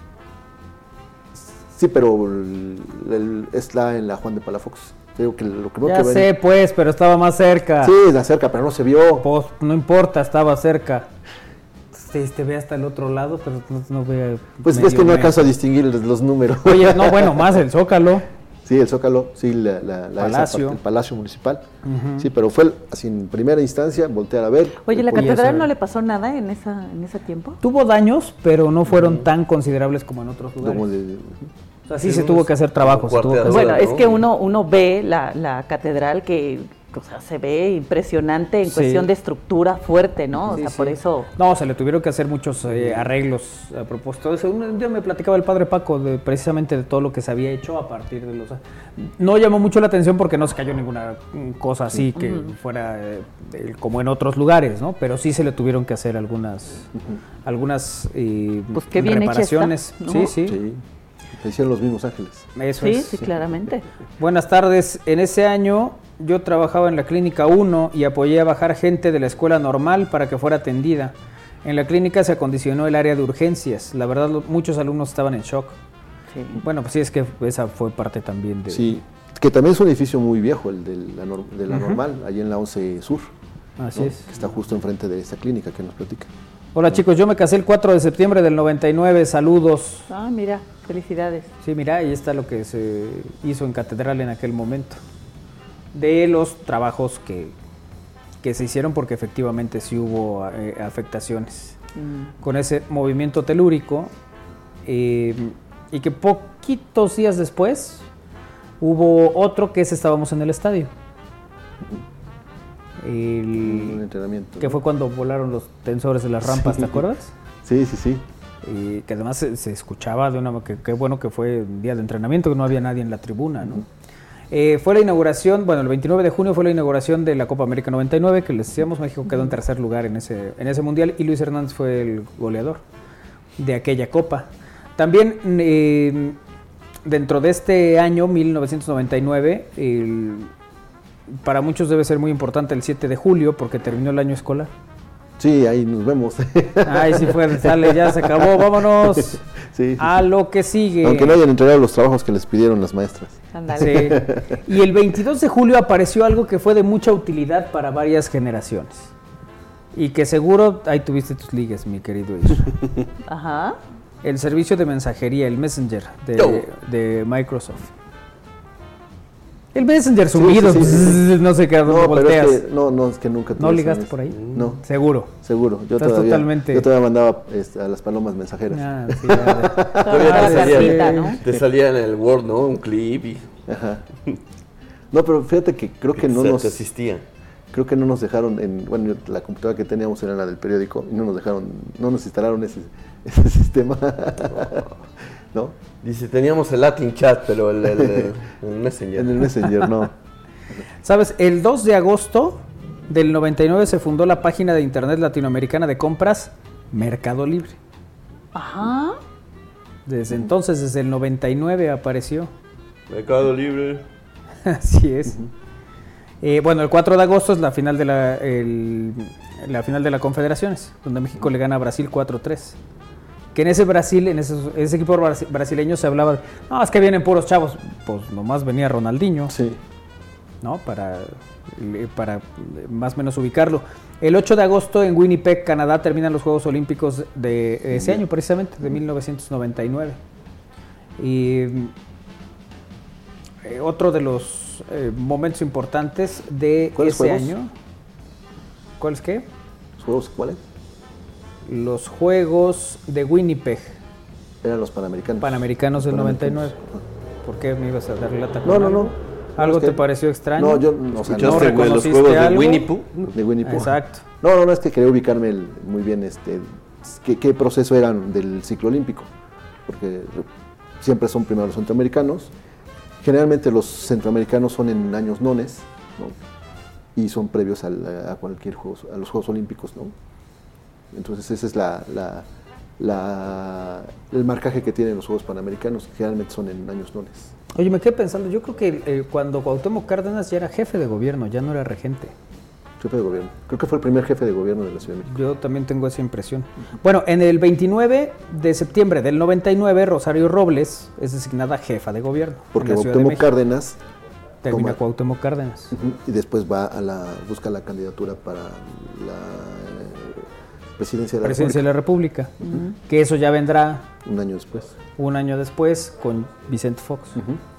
Sí, pero está en la Juan de Palafox. Digo que lo que ya sé, pues, pero estaba más cerca. Sí, está cerca, pero no se vio. Pues no importa, estaba cerca. Te ve hasta el otro lado, pero no ve. Pues ves que no alcanzo a distinguir los números. Oye, no, bueno, más el Zócalo. Sí, el Zócalo, sí, Palacio. El Palacio Municipal. Sí, pero fue así en primera instancia, voltear a ver. Oye, ¿la catedral no le pasó nada en ese tiempo? Tuvo daños, pero no fueron tan considerables como en otros lugares. O sea, sí se tuvo que hacer trabajo. Bueno, es que uno ve la catedral que, o sea, se ve impresionante en cuestión de estructura fuerte, ¿no? O sea, por eso... No, se le tuvieron que hacer muchos arreglos a propósito de eso. Un día me platicaba el padre Paco precisamente de todo lo que se había hecho a partir de los... No llamó mucho la atención porque no se cayó ninguna cosa así que fuera como en otros lugares, ¿no? Pero sí se le tuvieron que hacer algunas pues qué bien reparaciones. Hecha está, ¿no? Sí. Se hicieron los mismos ángeles. Eso sí, es. Sí, claramente. Buenas tardes. En ese año yo trabajaba en la clínica 1 y apoyé a bajar gente de la escuela normal para que fuera atendida. En la clínica se acondicionó el área de urgencias. La verdad, muchos alumnos estaban en shock. Sí. Bueno, pues sí, es que esa fue parte también de... Sí, que también es un edificio muy viejo, el de la normal, allí en la 11 Sur. Así es. Que está justo enfrente de esta clínica que nos platica. Hola chicos, yo me casé el 4 de septiembre del 99, saludos. Ah, mira, felicidades. Sí, mira, ahí está lo que se hizo en Catedral en aquel momento. De los trabajos que se hicieron, porque efectivamente sí hubo afectaciones con ese movimiento telúrico, y que poquitos días después hubo otro que estábamos en el estadio. Un entrenamiento. Que fue cuando volaron los tensores de las rampas, ¿te acuerdas? Sí. Y que además se escuchaba qué bueno que fue un día de entrenamiento, que no había nadie en la tribuna, ¿no? Fue la inauguración, bueno, el 29 de junio fue la inauguración de la Copa América 99, que les decíamos, México quedó en tercer lugar en ese mundial, y Luis Hernández fue el goleador de aquella Copa. También dentro de este año, 1999, para muchos debe ser muy importante el 7 de julio, porque terminó el año escolar. Sí, ahí nos vemos. Ay, sí sale, ya se acabó, vámonos a lo que sigue. Aunque no hayan entregado los trabajos que les pidieron las maestras. Sí. Y el 22 de julio apareció algo que fue de mucha utilidad para varias generaciones. Y que seguro ahí tuviste tus ligues, mi querido Isra. Ajá. El servicio de mensajería, el Messenger de Microsoft. El Messenger subido, no sé qué, dónde volteas. Es que nunca. ¿No ligaste por ahí? No. Seguro. Yo todavía mandaba a las palomas mensajeras. Te salía en el Word, ¿no? Un clip Ajá. No, pero fíjate que creo que no nos asistían. Creo que no nos dejaron la computadora que teníamos era la del periódico y no nos instalaron ese sistema. ¿No? Dice, teníamos el Latin Chat, pero el Messenger. En el Messenger, no. ¿Sabes? El 2 de agosto del 99 se fundó la página de internet latinoamericana de compras Mercado Libre. Ajá. Desde entonces, desde el 99 apareció. Mercado Libre. Así es. Bueno, el 4 de agosto es la final de la final de la Confederaciones, donde México le gana a Brasil 4-3. Que en ese Brasil, en ese equipo brasileño se hablaba de, no, es que vienen puros chavos. Pues nomás venía Ronaldinho. Sí. ¿No? Para más o menos ubicarlo. El 8 de agosto en Winnipeg, Canadá, terminan los Juegos Olímpicos de ese año, precisamente, de 1999. Y otro de los momentos importantes de ese año. ¿Cuáles qué? ¿Los Juegos cuáles? Los Juegos de Winnipeg. Eran los Panamericanos. Panamericanos del 99. ¿Por qué me ibas a dar lata? No. ¿Algo te pareció extraño? No, yo no los Juegos de Winnie Pooh. De Winnie Pooh. Exacto. No, es que quería ubicarme muy bien qué proceso eran del ciclo olímpico. Porque siempre son primero los centroamericanos. Generalmente los centroamericanos son en años nones, ¿no? Y son previos a los Juegos Olímpicos, ¿no? Entonces ese es el marcaje que tienen los Juegos Panamericanos, que generalmente son en años nones. Oye, me quedé pensando, yo creo que cuando Cuauhtémoc Cárdenas ya era jefe de gobierno, ya no era regente. Jefe de gobierno. Creo que fue el primer jefe de gobierno de la Ciudad de México. Yo también tengo esa impresión. Bueno, en el 29 de septiembre del 99, Rosario Robles es designada jefa de gobierno. Porque Cuauhtémoc Cárdenas termina Cuauhtémoc Cárdenas. Y después busca la candidatura para la presidencia de la República. Que eso ya vendrá un año después. Un año después con Vicente Fox.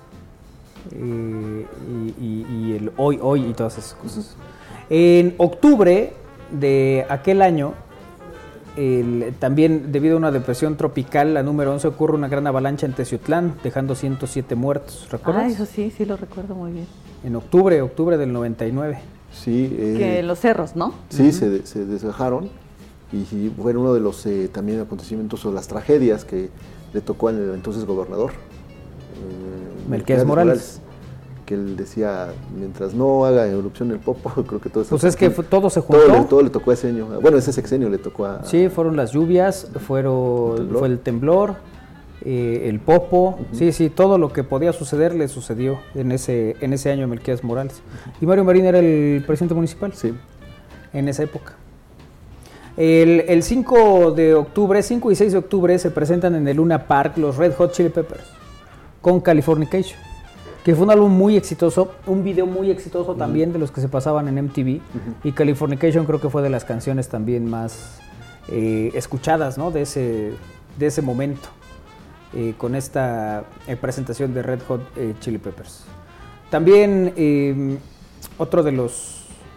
Y el hoy y todas esas cosas. En octubre de aquel año, también debido a una depresión tropical, la número 11, ocurre una gran avalancha en Teciutlán, dejando 107 muertos. ¿Recuerdas? Eso sí lo recuerdo muy bien. En octubre del 99. Sí. Que los cerros, ¿no? Sí, se desgajaron y fue uno de los también acontecimientos o las tragedias que le tocó al entonces gobernador. Melquiades Morales. Que él decía, mientras no haga erupción el Popo, creo que todo eso... Pues es que todo se juntó. Todo le tocó a ese año. Bueno, ese sexenio le tocó a... Sí, fueron las lluvias, fue el temblor, el Popo. Sí, todo lo que podía suceder le sucedió en ese año a Melquiades Morales. Y Mario Marín era el presidente municipal. Sí. En esa época. El 5 y 6 de octubre se presentan en el Luna Park los Red Hot Chili Peppers con Californication, que fue un álbum muy exitoso, un video muy exitoso también de los que se pasaban en MTV, y Californication creo que fue de las canciones también más escuchadas, ¿no? de ese momento, con esta presentación de Red Hot Chili Peppers. También otro de los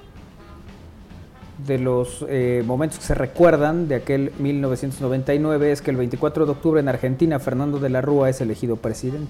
momentos que se recuerdan de aquel 1999 es que el 24 de octubre en Argentina Fernando de la Rúa es elegido presidente.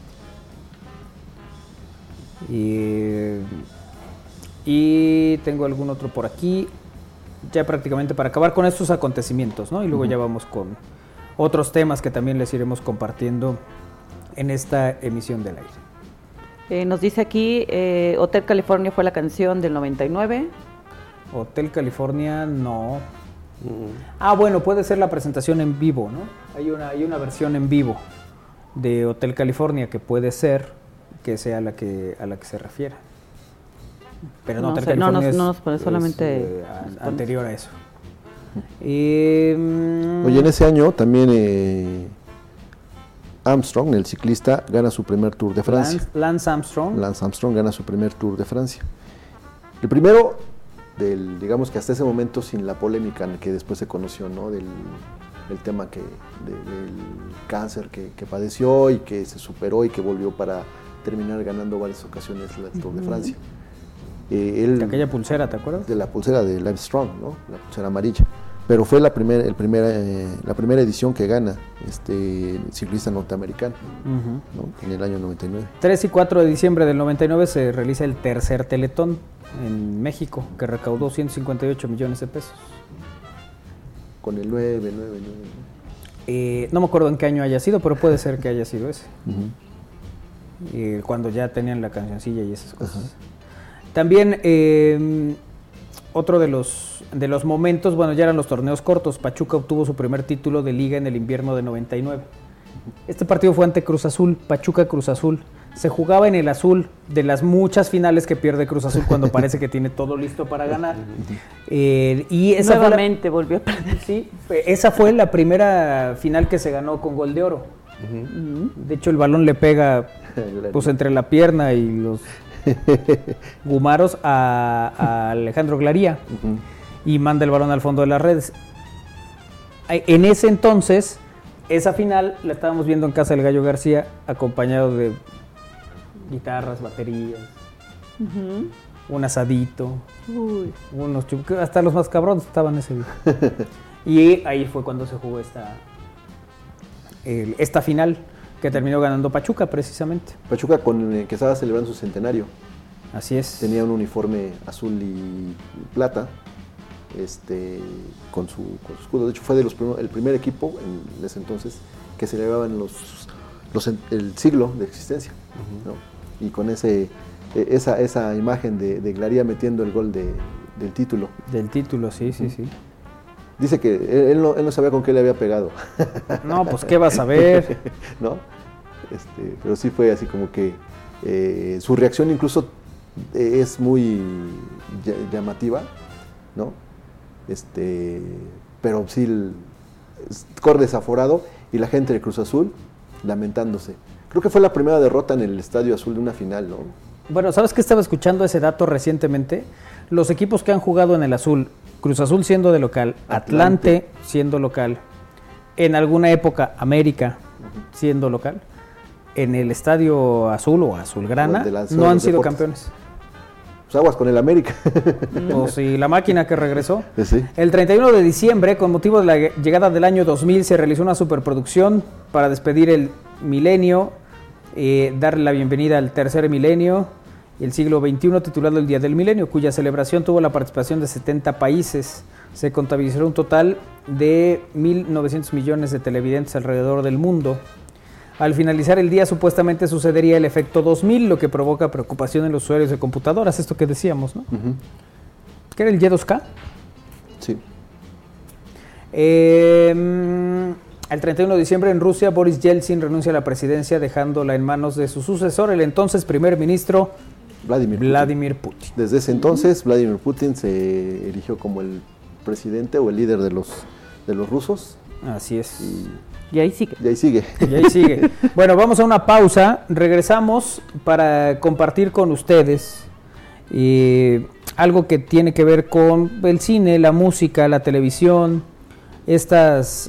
Y tengo algún otro por aquí, ya prácticamente para acabar con estos acontecimientos, ¿no? Y luego ya vamos con otros temas que también les iremos compartiendo en esta emisión del aire. Nos dice aquí, Hotel California fue la canción del 99. Hotel California, no. Bueno, puede ser la presentación en vivo, ¿no? Hay una versión en vivo de Hotel California que puede ser que sea a la que se refiere. Pero no, Hotel California nos pone solamente anterior a eso. Oye, en ese año también Armstrong, el ciclista, gana su primer Tour de Francia. Lance Armstrong gana su primer Tour de Francia. El primero digamos que hasta ese momento sin la polémica que después se conoció, ¿no? del tema del cáncer que padeció y que se superó y que volvió para terminar ganando varias ocasiones el Tour de Francia. De aquella pulsera, ¿te acuerdas? De la pulsera de Livestrong, ¿no? La pulsera amarilla. Pero fue la primera edición que gana ciclista norteamericano, ¿no? En el año 99. 3 y 4 de diciembre del 99 se realiza el tercer Teletón en México, que recaudó 158 millones de pesos. Con el 9. No me acuerdo en qué año haya sido, pero puede ser que haya sido ese. Cuando ya tenían la cancioncilla y esas cosas. También otro de los momentos, bueno, ya eran los torneos cortos. Pachuca obtuvo su primer título de liga en el invierno de 99. Este partido fue ante Cruz Azul, Pachuca Cruz Azul. Se jugaba en el azul de las muchas finales que pierde Cruz Azul cuando parece que tiene todo listo para ganar. Y esa nuevamente volvió a perder. Sí, esa fue la primera final que se ganó con gol de oro. De hecho, el balón le pega pues entre la pierna y los gumaros a Alejandro Glaría y manda el balón al fondo de las redes. En ese entonces, esa final la estábamos viendo en casa del Gallo García, acompañado de guitarras, baterías, un asadito, unos hasta los más cabrones estaban ese día. Y ahí fue cuando se jugó esta final, que terminó ganando Pachuca, precisamente. Pachuca con el que estaba celebrando su centenario. Así es. Tenía un uniforme azul y plata, con su escudo. De hecho, fue el primer equipo en ese entonces que celebraban el siglo de existencia, ¿no? Y con esa imagen de Glaría metiendo el gol del título. Del título, sí. Dice que él no sabía con qué le había pegado. No, pues qué vas a ver. ¿No? Pero sí fue así como que su reacción incluso es muy llamativa, ¿no? Pero sí corre desaforado y la gente de Cruz Azul lamentándose. Creo que fue la primera derrota en el Estadio Azul de una final, ¿no? Bueno, ¿sabes qué? Estaba escuchando ese dato recientemente. Los equipos que han jugado en el Azul, Cruz Azul siendo de local, Atlante siendo local, en alguna época América siendo local, en el Estadio Azul o Azulgrana no han sido campeones. Pues aguas con el América. Pues sí, la máquina que regresó. Sí. El 31 de diciembre, con motivo de la llegada del año 2000, se realizó una superproducción para despedir el milenio, darle la bienvenida al tercer milenio, el siglo XXI, titulado El Día del Milenio, cuya celebración tuvo la participación de 70 países. Se contabilizó un total de 1.900 millones de televidentes alrededor del mundo. Al finalizar el día, supuestamente sucedería el efecto 2000, lo que provoca preocupación en los usuarios de computadoras, esto que decíamos, ¿no? ¿Qué era el Y2K? Sí. El 31 de diciembre en Rusia, Boris Yeltsin renuncia a la presidencia, dejándola en manos de su sucesor, el entonces primer ministro Vladimir Putin. Desde ese entonces, Vladimir Putin se eligió como el presidente o el líder de los rusos. Así es. Y ahí sigue. Y ahí sigue. Y ahí sigue. Bueno, vamos a una pausa. Regresamos para compartir con ustedes algo que tiene que ver con el cine, la música, la televisión, estas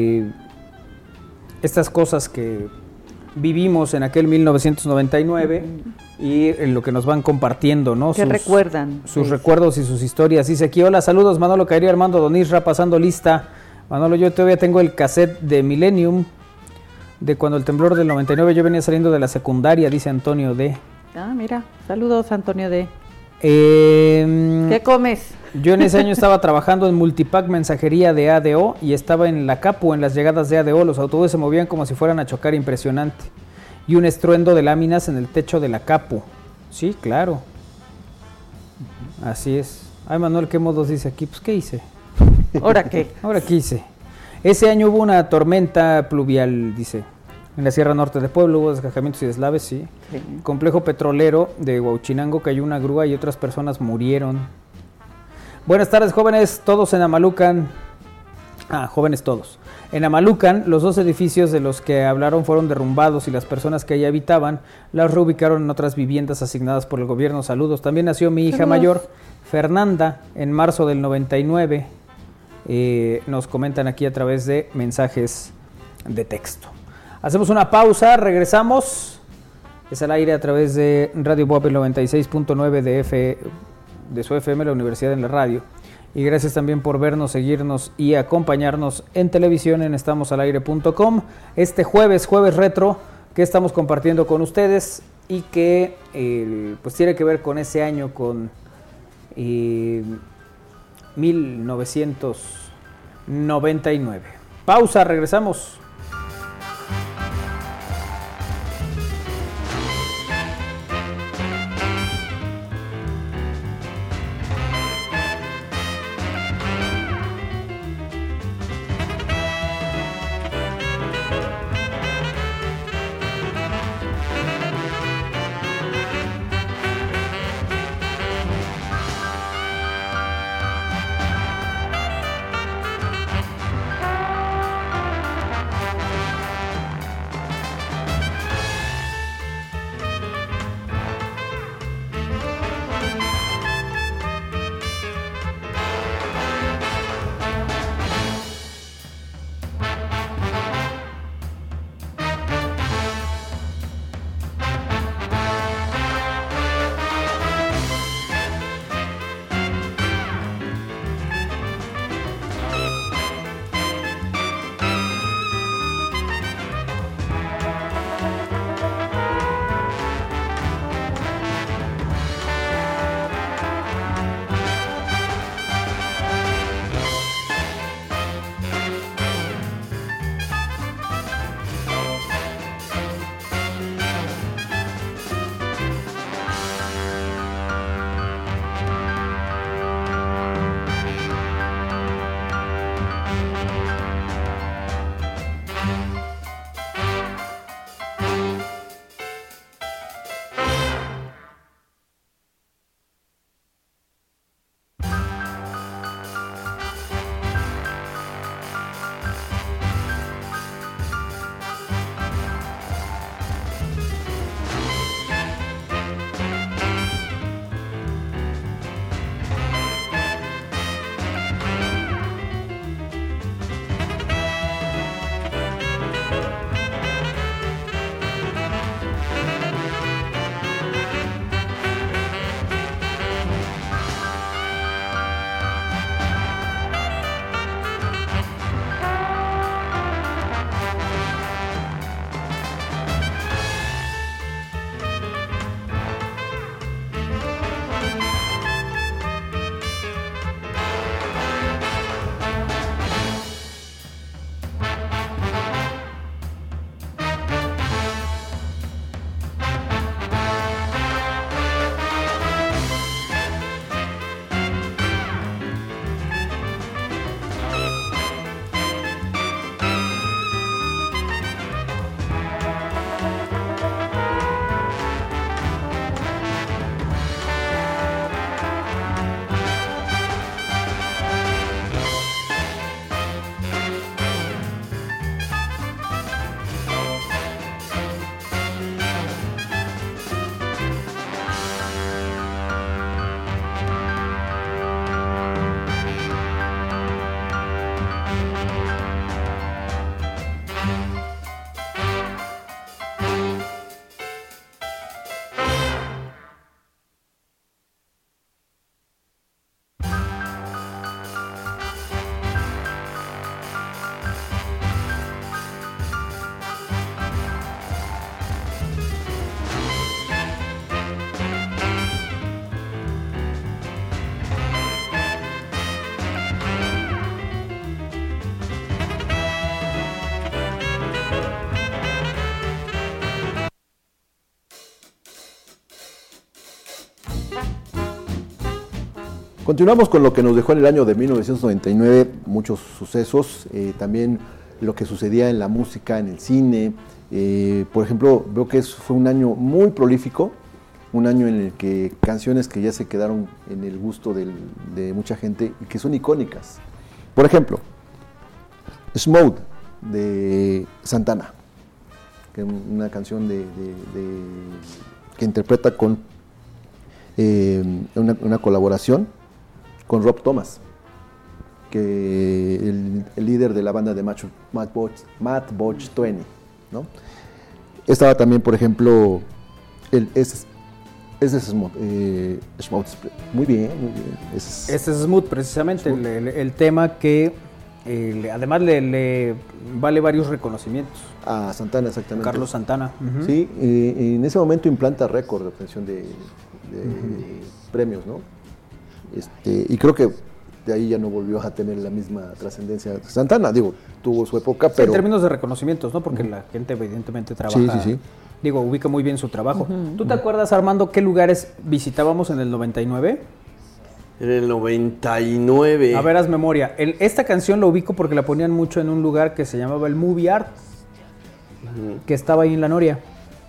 cosas que vivimos en aquel 1999 y en lo que nos van compartiendo, ¿no? Que recuerdan. Sus recuerdos y sus historias. Dice aquí, hola, saludos, Manolo Cairo, Armando Donisra, pasando lista. Manolo, yo todavía tengo el cassette de Millennium, de cuando el temblor del 99, yo venía saliendo de la secundaria, dice Antonio D. Ah, mira, saludos Antonio D. ¿Qué comes? Yo en ese año estaba trabajando en Multipack Mensajería de ADO y estaba en la Capu, en las llegadas de ADO, los autobuses se movían como si fueran a chocar, impresionante. Y un estruendo de láminas en el techo de la Capu. Sí, claro. Así es. Ay, Manuel, ¿qué modos dice aquí? Pues, ¿qué hice? ¿Ahora qué? ¿Ahora qué hice? Ese año hubo una tormenta pluvial, dice. En la Sierra Norte de Puebla hubo desgajamientos y deslaves, sí. Complejo petrolero de Huauchinango cayó una grúa y otras personas murieron. Buenas tardes, jóvenes, todos en Amalucan. Jóvenes todos. En Amalucan, los 2 edificios de los que hablaron fueron derrumbados y las personas que allí habitaban las reubicaron en otras viviendas asignadas por el gobierno. Saludos. También nació mi hija mayor, Fernanda, en marzo del 99. Nos comentan aquí a través de mensajes de texto. Hacemos una pausa, regresamos Es al aire a través de Radio Pop, el 96.9 de su FM, la Universidad en la Radio. Y gracias también por vernos, seguirnos y acompañarnos en televisión en estamosalaire.com. Este jueves retro, que estamos compartiendo con ustedes y que pues tiene que ver con ese año, con 1999. Pausa, regresamos. Continuamos con lo que nos dejó en el año de 1999, muchos sucesos, también lo que sucedía en la música, en el cine. Por ejemplo, veo que fue un año muy prolífico, un año en el que canciones que ya se quedaron en el gusto de mucha gente y que son icónicas. Por ejemplo, Smooth de Santana, que es una canción que interpreta con una colaboración con Rob Thomas, que el líder de la banda de Matchbox 20, ¿no? Estaba también, por ejemplo, Ese es Smooth. Muy bien. Ese es Smooth, precisamente. El tema que además le vale varios reconocimientos. A Santana, exactamente. Carlos Santana. Uh-huh. Sí, en ese momento implanta récord de obtención de premios, ¿no? Y creo que de ahí ya no volvió a tener la misma trascendencia. Santana, digo, tuvo su época, pero... En términos de reconocimientos, ¿no? Porque la gente evidentemente trabaja... Sí. Digo, ubica muy bien su trabajo. ¿Tú te acuerdas, Armando, qué lugares visitábamos en el 99? En el 99... A ver, haz memoria. Esta canción la ubico porque la ponían mucho en un lugar que se llamaba el Movie Art, que estaba ahí en La Noria,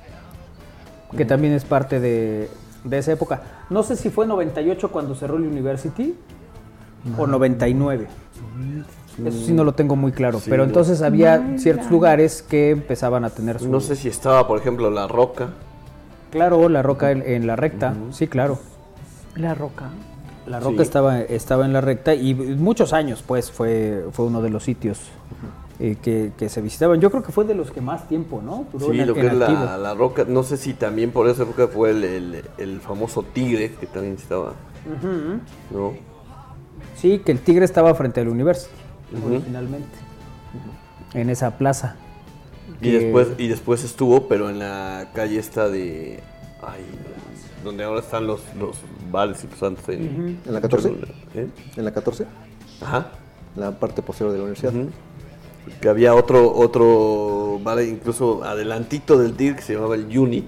que también es parte de esa época. No sé si fue 98 cuando cerró el University o 99. Eso sí no lo tengo muy claro, pero entonces había ciertos lugares que empezaban a tener su... No sé si estaba, por ejemplo, La Roca. Claro, La Roca en La Recta, sí, claro. La Roca. La Roca estaba en La Recta y muchos años, pues, fue uno de los sitios que se visitaban. Yo creo que fue de los que más tiempo, ¿no? Duró lo que es la Roca. No sé si también por esa época fue el famoso Tigre, que también estaba, ¿no? Sí, que el Tigre estaba frente al University, originalmente, en esa plaza. Y después estuvo, pero en la calle esta de... donde ahora están los bares y los santos. ¿En la 14? ¿En la 14? Ajá. La parte posterior de la universidad. Que había otro bar incluso adelantito del Tigre que se llamaba el Unit.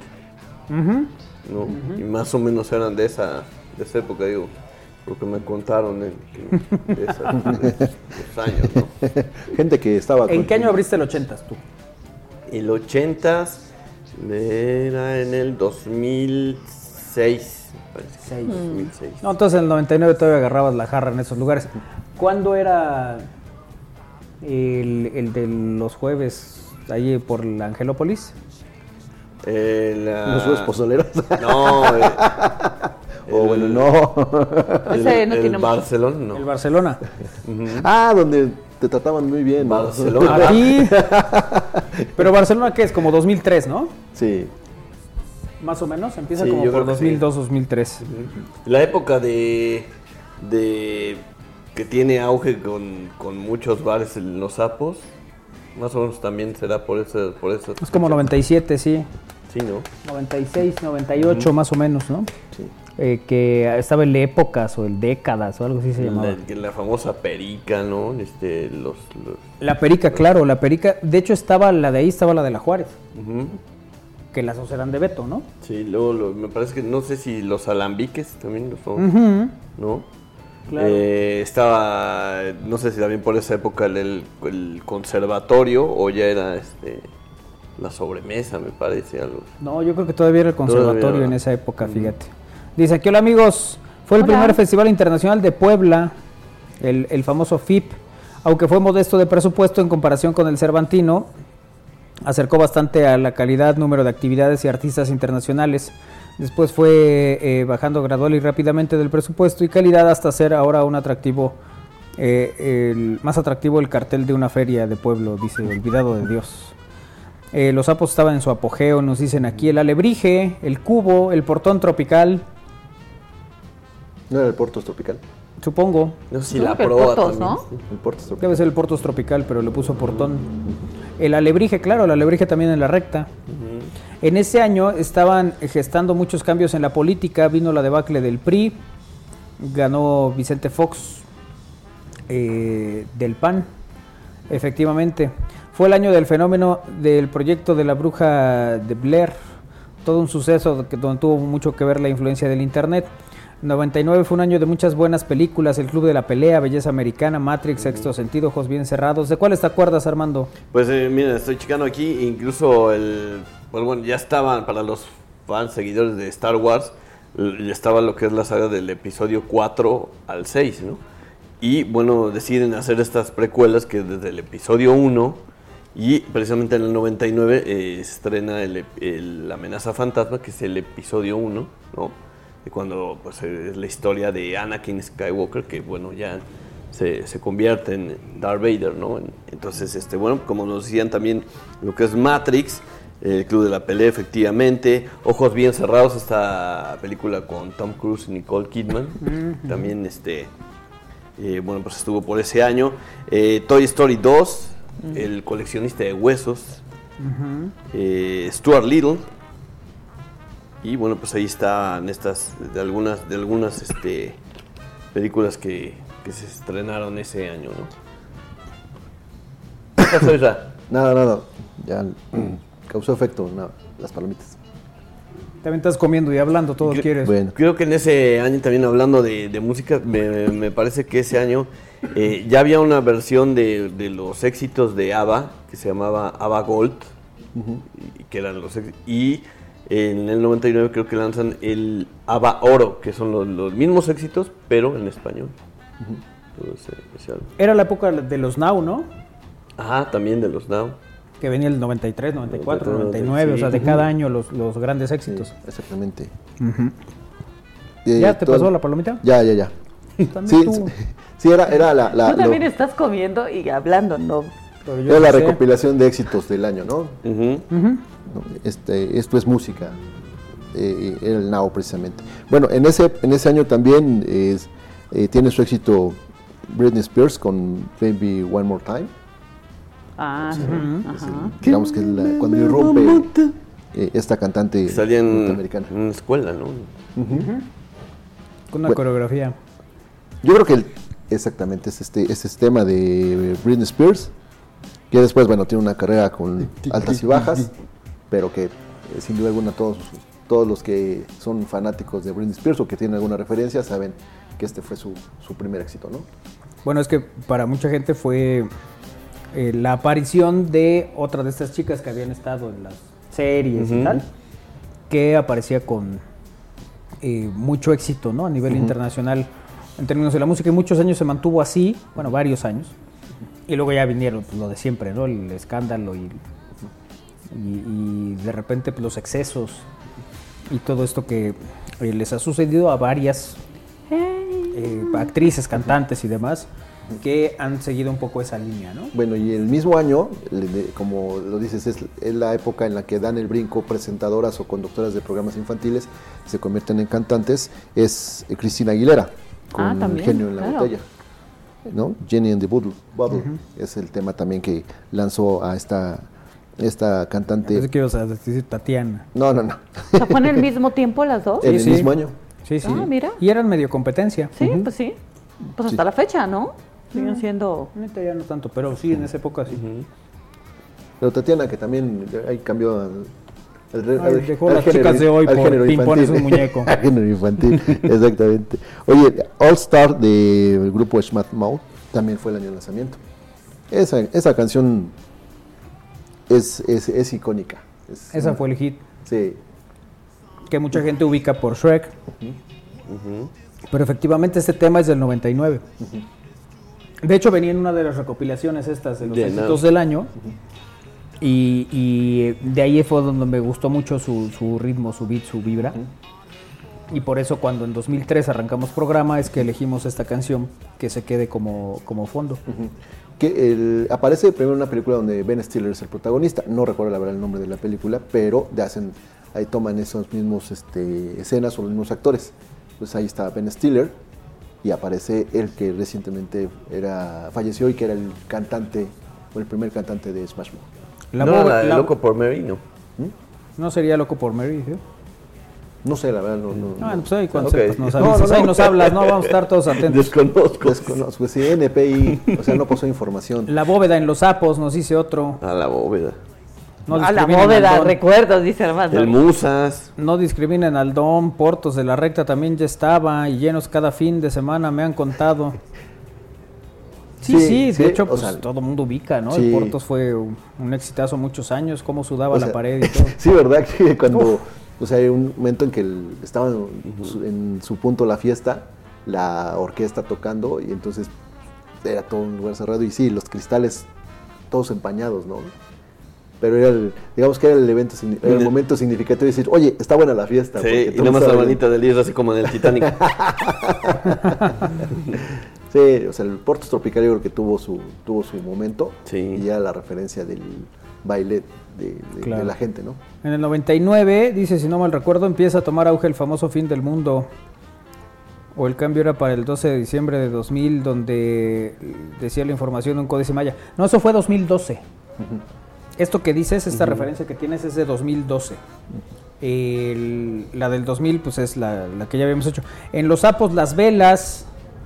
¿No? Y más o menos eran de esa época, digo. Lo que me contaron de esos años, ¿no? Gente que estaba... ¿En qué año abriste el 80s tú? El 80s era en el 2006, parece. 2006. No, entonces en el 99 todavía agarrabas la jarra en esos lugares. ¿Cuándo era el de los jueves ahí por la Angelópolis? ¿Los jueves pozoleros? No, bueno, no. El Barcelona, no. El Barcelona. Donde te trataban muy bien. Barcelona. Aquí. Pero Barcelona, ¿qué es? Como 2003, ¿no? Sí. Más o menos, empieza como por 2002, 2003. La época de que tiene auge con muchos bares en Los Sapos, más o menos también será por eso. Es como 97, sí. Sí, ¿no? 96, 98 más o menos, ¿no? Sí. Que estaba el Épocas o el Décadas o algo así se llamaba. La famosa Perica, ¿no? La Perica, claro, la Perica. De hecho estaba la de ahí, estaba la de la Juárez. Que las dos eran de Beto, ¿no? Sí, luego me parece que, no sé si los Alambiques también lo son, ¿no? Claro. Estaba, no sé si también por esa época el conservatorio o ya era la sobremesa, me parece algo. No, yo creo que todavía era el conservatorio en esa época, fíjate. Dice aquí, hola amigos, fue el primer Festival Internacional de Puebla, el famoso FIP, aunque fue modesto de presupuesto en comparación con el Cervantino, acercó bastante a la calidad, número de actividades y artistas internacionales. Después fue bajando gradual y rápidamente del presupuesto y calidad hasta ser ahora un atractivo, más atractivo el cartel de una feria de pueblo, dice, olvidado de Dios. Los Sapos estaban en su apogeo, nos dicen aquí, el Alebrije, el Cubo, el Portón Tropical. ¿No era el Portos Tropical? Supongo. No sé si la proa también. ¿No? El Portos Tropical. Debe ser el Portos Tropical, pero le puso Portón. El Alebrije, claro, el Alebrije también en La Recta. En ese año estaban gestando muchos cambios en la política, vino la debacle del PRI, ganó Vicente Fox del PAN, efectivamente. Fue el año del fenómeno del proyecto de la bruja de Blair, todo un suceso donde tuvo mucho que ver la influencia del internet. 99 fue un año de muchas buenas películas, El Club de la Pelea, Belleza Americana, Matrix, Sexto Sentido, Ojos Bien Cerrados. ¿De cuáles te acuerdas, Armando? Pues mira, estoy checando aquí, incluso bueno, ya estaban para los fans, seguidores de Star Wars, ya estaba lo que es la saga del episodio 4 al 6, ¿no? Y bueno, deciden hacer estas precuelas que desde el episodio 1 y precisamente en el 99 se estrena La Amenaza Fantasma, que es el episodio 1, ¿no? De cuando pues es la historia de Anakin Skywalker, que bueno, ya se convierte en Darth Vader, ¿no? Entonces, bueno, como nos decían también, lo que es Matrix, El Club de la Pelea, efectivamente. Ojos bien cerrados, esta película con Tom Cruise y Nicole Kidman. También bueno, pues estuvo por ese año. Toy Story 2, El coleccionista de huesos, Stuart Little. Y bueno, pues ahí están estas de algunas películas que se estrenaron ese año, ¿no? ¿Qué pasó, Isra? Nada, ya causó efecto, las palomitas. También estás comiendo y hablando, todo quieres. Bueno. Creo que en ese año también hablando de música, me parece que ese año ya había una versión de los éxitos de ABBA que se llamaba ABBA Gold, y que eran los éxitos, y en el 99 creo que lanzan el ABBA Oro, que son los mismos éxitos, pero en español. Era la época de los Now, ¿no? Ajá, también de los Now. Que venía el 93, 94, 99, sí. O sea, de cada año los grandes éxitos. Sí, exactamente. ¿Ya te pasó la palomita? Ya. Sí, era la... Tú también estás comiendo y hablando, ¿no? Era la recopilación de éxitos del año, ¿no? Esto es música. Era el Now, precisamente. Bueno, en ese año también tiene su éxito Britney Spears con Baby One More Time. Digamos que es cuando irrumpe esta cantante norteamericana. En una escuela, ¿no? Con una coreografía. Yo creo que exactamente es este tema de Britney Spears, que después, bueno, tiene una carrera con altas y bajas, pero que sin duda alguna todos los que son fanáticos de Britney Spears o que tienen alguna referencia saben que este fue su primer éxito, ¿no? Bueno, es que para mucha gente fue la aparición de otra de estas chicas que habían estado en las series y tal, que aparecía con mucho éxito, ¿no? A nivel internacional en términos de la música, y muchos años se mantuvo así, bueno, varios años, y luego ya vinieron pues, lo de siempre, ¿no? El escándalo y de repente pues, los excesos y todo esto que les ha sucedido a varias actrices, cantantes y demás, que han seguido un poco esa línea, ¿no? Bueno, y el mismo año, como lo dices, es la época en la que dan el brinco presentadoras o conductoras de programas infantiles, se convierten en cantantes, es Cristina Aguilera, con Genio en la botella, ¿no? Jenny and the Bottle, es el tema también que lanzó a esta cantante. Pensé que ibas a decir Tatiana. No. ¿Se fue en el mismo tiempo las dos? En el mismo año. Sí. Mira. Y eran medio competencia. Sí, pues sí. Pues hasta la fecha, ¿no? Siguen siendo... Neta ya no tanto, pero sí, en esa época sí. Pero Tatiana, que también ahí cambió dejó las chicas de hoy por pimpones un muñeco. Al género infantil, exactamente. Oye, All Star del grupo Smash Mouth también fue el año de lanzamiento. Esa canción es icónica. Esa fue el hit. Sí. Que mucha gente ubica por Shrek. Pero efectivamente este tema es del 99. De hecho venía en una de las recopilaciones estas de los éxitos del año. Y de ahí fue donde me gustó mucho su ritmo, su beat, su vibra. Y por eso cuando en 2003 arrancamos programa es que elegimos esta canción que se quede como fondo. Que aparece primero en una película donde Ben Stiller es el protagonista. No recuerdo la verdad el nombre de la película, pero ahí toman esos mismos escenas o los mismos actores. Pues ahí está Ben Stiller y aparece el que recientemente falleció y que era el cantante o el primer cantante de Smash Mouth. Loco por Mary, ¿no? ¿No sería Loco por Mary, ¿sí? No sé, la verdad, no. Pues ahí cuando sepas nos avisas, ahí nos hablas, no, vamos a estar todos atentos. Desconozco, sí, NPI, o sea, no pasó información. La bóveda en los sapos, nos dice otro. A la bóveda. A la bóveda, recuerdos, dice Armando. El Musas. No discriminen al Don, Portos de la Recta también ya estaba, y llenos cada fin de semana, me han contado. Sí, de hecho, pues todo el mundo ubica, ¿no? Sí. El Portos fue un exitazo muchos años, cómo sudaba la pared y todo. Sí, ¿verdad? Que cuando, hay un momento en que estaba en su punto la fiesta, la orquesta tocando, y entonces era todo un lugar cerrado, y sí, los cristales todos empañados, ¿no? Pero digamos que era el evento, era el momento significativo de decir, oye, está buena la fiesta. Sí, y nomás la manita del Isra así como en el Titanic. Sí, o sea, el Portos Tropical yo creo que tuvo su momento. Sí. Y ya la referencia del baile de la gente, ¿no? En el 99, dice, si no mal recuerdo, empieza a tomar auge el famoso fin del mundo. O el cambio era para el 12 de diciembre de 2000, donde decía la información de un códice maya. No, eso fue 2012. Esto que dices, esta referencia que tienes es de 2012. La del 2000, pues es la que ya habíamos hecho. En Los Sapos, las velas,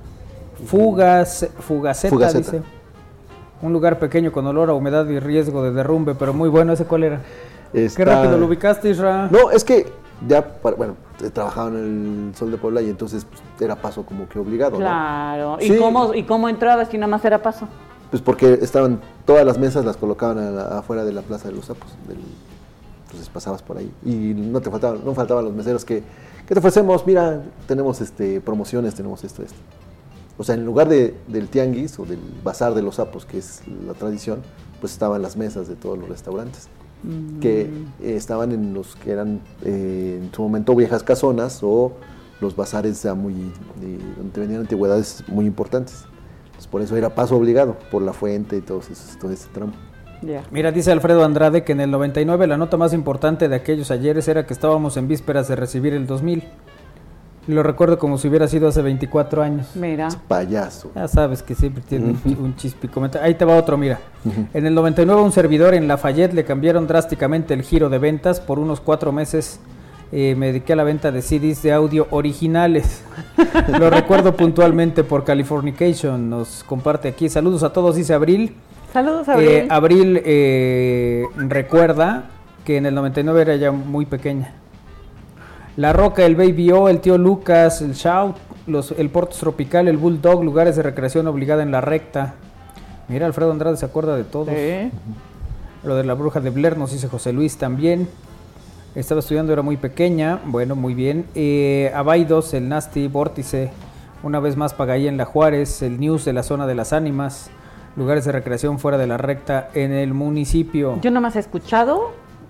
Fugaceta, dice. Un lugar pequeño con olor a humedad y riesgo de derrumbe, pero muy bueno. ¿Ese cuál era? Qué rápido lo ubicaste, Isra. No, es que ya, trabajaba en el Sol de Puebla y entonces pues, era paso como que obligado, claro. ¿no? Claro. ¿Y cómo entrabas si nada más era paso? Pues porque estaban, todas las mesas las colocaban afuera de la Plaza de los Sapos. Entonces pasabas por ahí y no faltaban los meseros que te ofrecemos, mira, tenemos promociones, tenemos esto. O sea, en lugar del tianguis o del bazar de los sapos, que es la tradición, pues estaban las mesas de todos los restaurantes, que estaban en los que eran en su momento viejas casonas o los bazares donde vendían antigüedades muy importantes. Entonces, por eso era paso obligado, por la fuente y todo ese tramo. Yeah. Mira, dice Alfredo Andrade que en el 99 la nota más importante de aquellos ayeres era que estábamos en vísperas de recibir el 2000. Lo recuerdo como si hubiera sido hace 24 años. Mira. Es payaso. Ya sabes que siempre tiene un chispico. Ahí te va otro, mira. En el 99 un servidor en Lafayette le cambiaron drásticamente el giro de ventas. Por unos 4 meses me dediqué a la venta de CDs de audio originales. Lo recuerdo puntualmente por Californication. Nos comparte aquí. Saludos a todos, dice Abril. Saludos, Abril. Abril recuerda que en el 99 era ya muy pequeña. La Roca, el Baby O, el Tío Lucas, el Shout, el Portos Tropical, el Bulldog, lugares de recreación obligada en la recta. Mira, Alfredo Andrade se acuerda de todos. Lo de la Bruja de Blair, nos dice José Luis también. Estaba estudiando, era muy pequeña. Bueno, muy bien. Abaidos, el Nasty, Vórtice, una vez más Pagaí en la Juárez, el News de la Zona de las Ánimas, lugares de recreación fuera de la recta en el municipio. Yo nomás he escuchado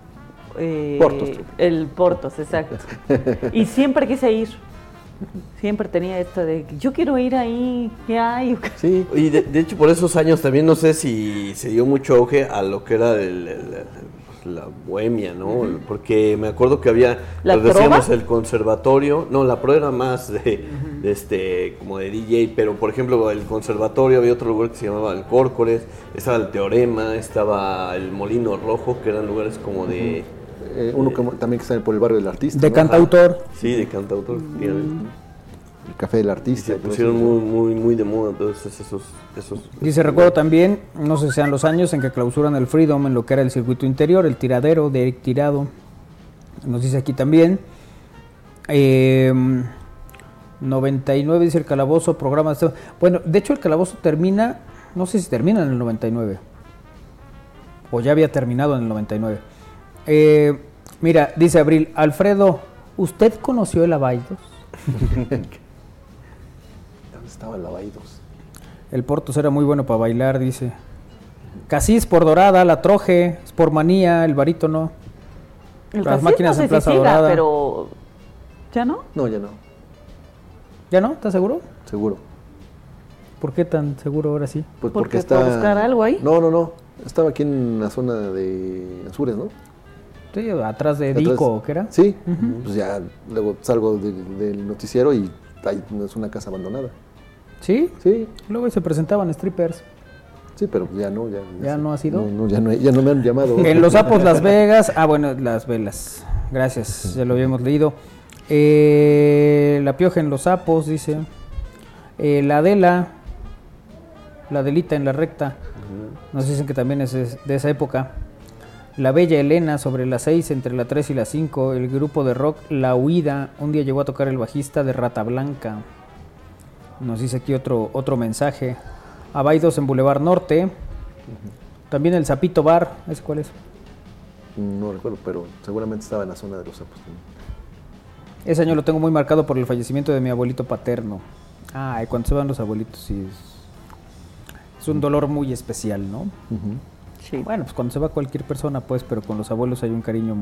el Portos, exacto. Y siempre quise ir. Siempre tenía esto de, yo quiero ir ahí, ¿qué hay? Sí, y de hecho por esos años también no sé si se dio mucho auge a lo que era la bohemia, ¿no? Porque me acuerdo que había, decíamos el conservatorio, no, la pro era más como de DJ, pero por ejemplo el conservatorio, había otro lugar que se llamaba el Córcoles, estaba el Teorema, estaba el Molino Rojo, que eran lugares como de... uno también que está por el barrio del artista. De cantautor. Sí, de cantautor. El café del artista. Se pusieron muy de moda todos esos. Dice, recuerdo también, no sé si sean los años en que clausuran el Freedom en lo que era el circuito interior, el tiradero de Eric Tirado. Nos dice aquí también. 99 dice el Calabozo, programa. Bueno, de hecho el Calabozo termina, no sé si termina en el 99. O ya había terminado en el 99. Mira, dice Abril, Alfredo, ¿usted conoció el Abaidos? ¿Dónde estaba el Abaidos? El Portos era muy bueno para bailar, dice. Casís por Dorada, La Troje, por Manía, el Barítono. Las máquinas en Plaza Dorada. Pero, ¿ya no? No, ya no. ¿Ya no? ¿Estás seguro? Seguro. ¿Por qué tan seguro ahora sí? Pues porque está... ¿Por buscar algo ahí? No. Estaba aquí en la zona de Azures, ¿no? Sí, atrás de Dico, ¿qué era? Sí, pues ya luego salgo del noticiero y ahí es una casa abandonada. ¿Sí? Sí. Luego se presentaban strippers. Sí, pero ya no. ¿Ya no ha sido? No, ya no me han llamado. En Los Sapos, Las Vegas. Bueno, Las Velas. Gracias, ya lo habíamos leído. La Pioja en Los Sapos, dice. La Adela. La Adelita en la recta. Nos dicen que también es de esa época. La Bella Elena sobre las 6, entre la 3 y la 5. El grupo de rock La Huida. Un día llegó a tocar el bajista de Rata Blanca. Nos dice aquí otro mensaje. Abaidos en Boulevard Norte. También el Zapito Bar. ¿Ese cuál es? No recuerdo, pero seguramente estaba en la zona de Los Sapos. Ese año lo tengo muy marcado por el fallecimiento de mi abuelito paterno. Y cuando se van los abuelitos, sí. Es un dolor muy especial, ¿no? Sí. Bueno, pues cuando se va cualquier persona, pues, pero con los abuelos hay un cariño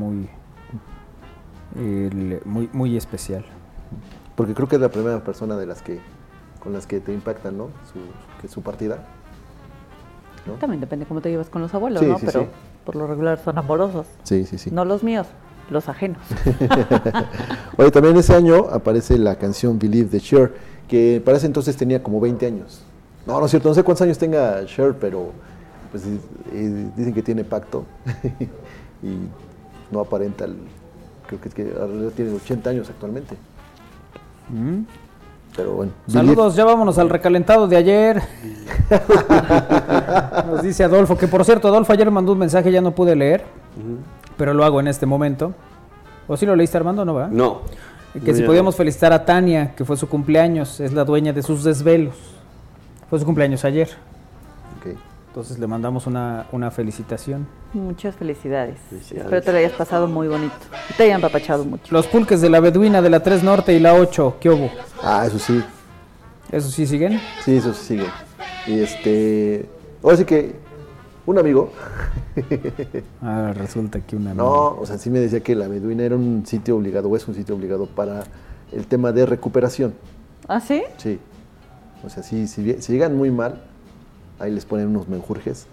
muy especial. Porque creo que es la primera persona con las que te impactan, ¿no? Su partida, ¿no? También depende cómo te llevas con los abuelos, sí, ¿no? Sí, pero sí. por lo regular son amorosos. Sí. No los míos, los ajenos. Oye, también ese año aparece la canción Believe de Cher, que para ese entonces tenía como 20 años. No es cierto, no sé cuántos años tenga Cher, pero pues dicen que tiene pacto y no aparenta, creo que tiene 80 años actualmente. Pero bueno. Saludos, ya vámonos al recalentado de ayer. Nos dice Adolfo, que por cierto, Adolfo ayer mandó un mensaje, ya no pude leer, pero lo hago en este momento. ¿O sí lo leíste, Armando? No, ¿verdad? No. Que no, si podíamos felicitar a Tania, que fue su cumpleaños, es la dueña de sus desvelos. Fue su cumpleaños ayer. Okay. Entonces le mandamos una felicitación. Muchas felicidades. Espero te lo hayas pasado muy bonito. Y te hayan papachado mucho. Los pulques de la Beduina de la 3 Norte y la 8, ¿qué hubo? Eso sí. ¿Eso sí siguen? Sí, eso sí sigue. Y ahora sí que un amigo. Resulta que un amigo. No, o sea, sí me decía que la Beduina era un sitio obligado, o es un sitio obligado para el tema de recuperación. ¿Ah, sí? Sí. O sea, si llegan muy mal, ahí les ponen unos menjurjes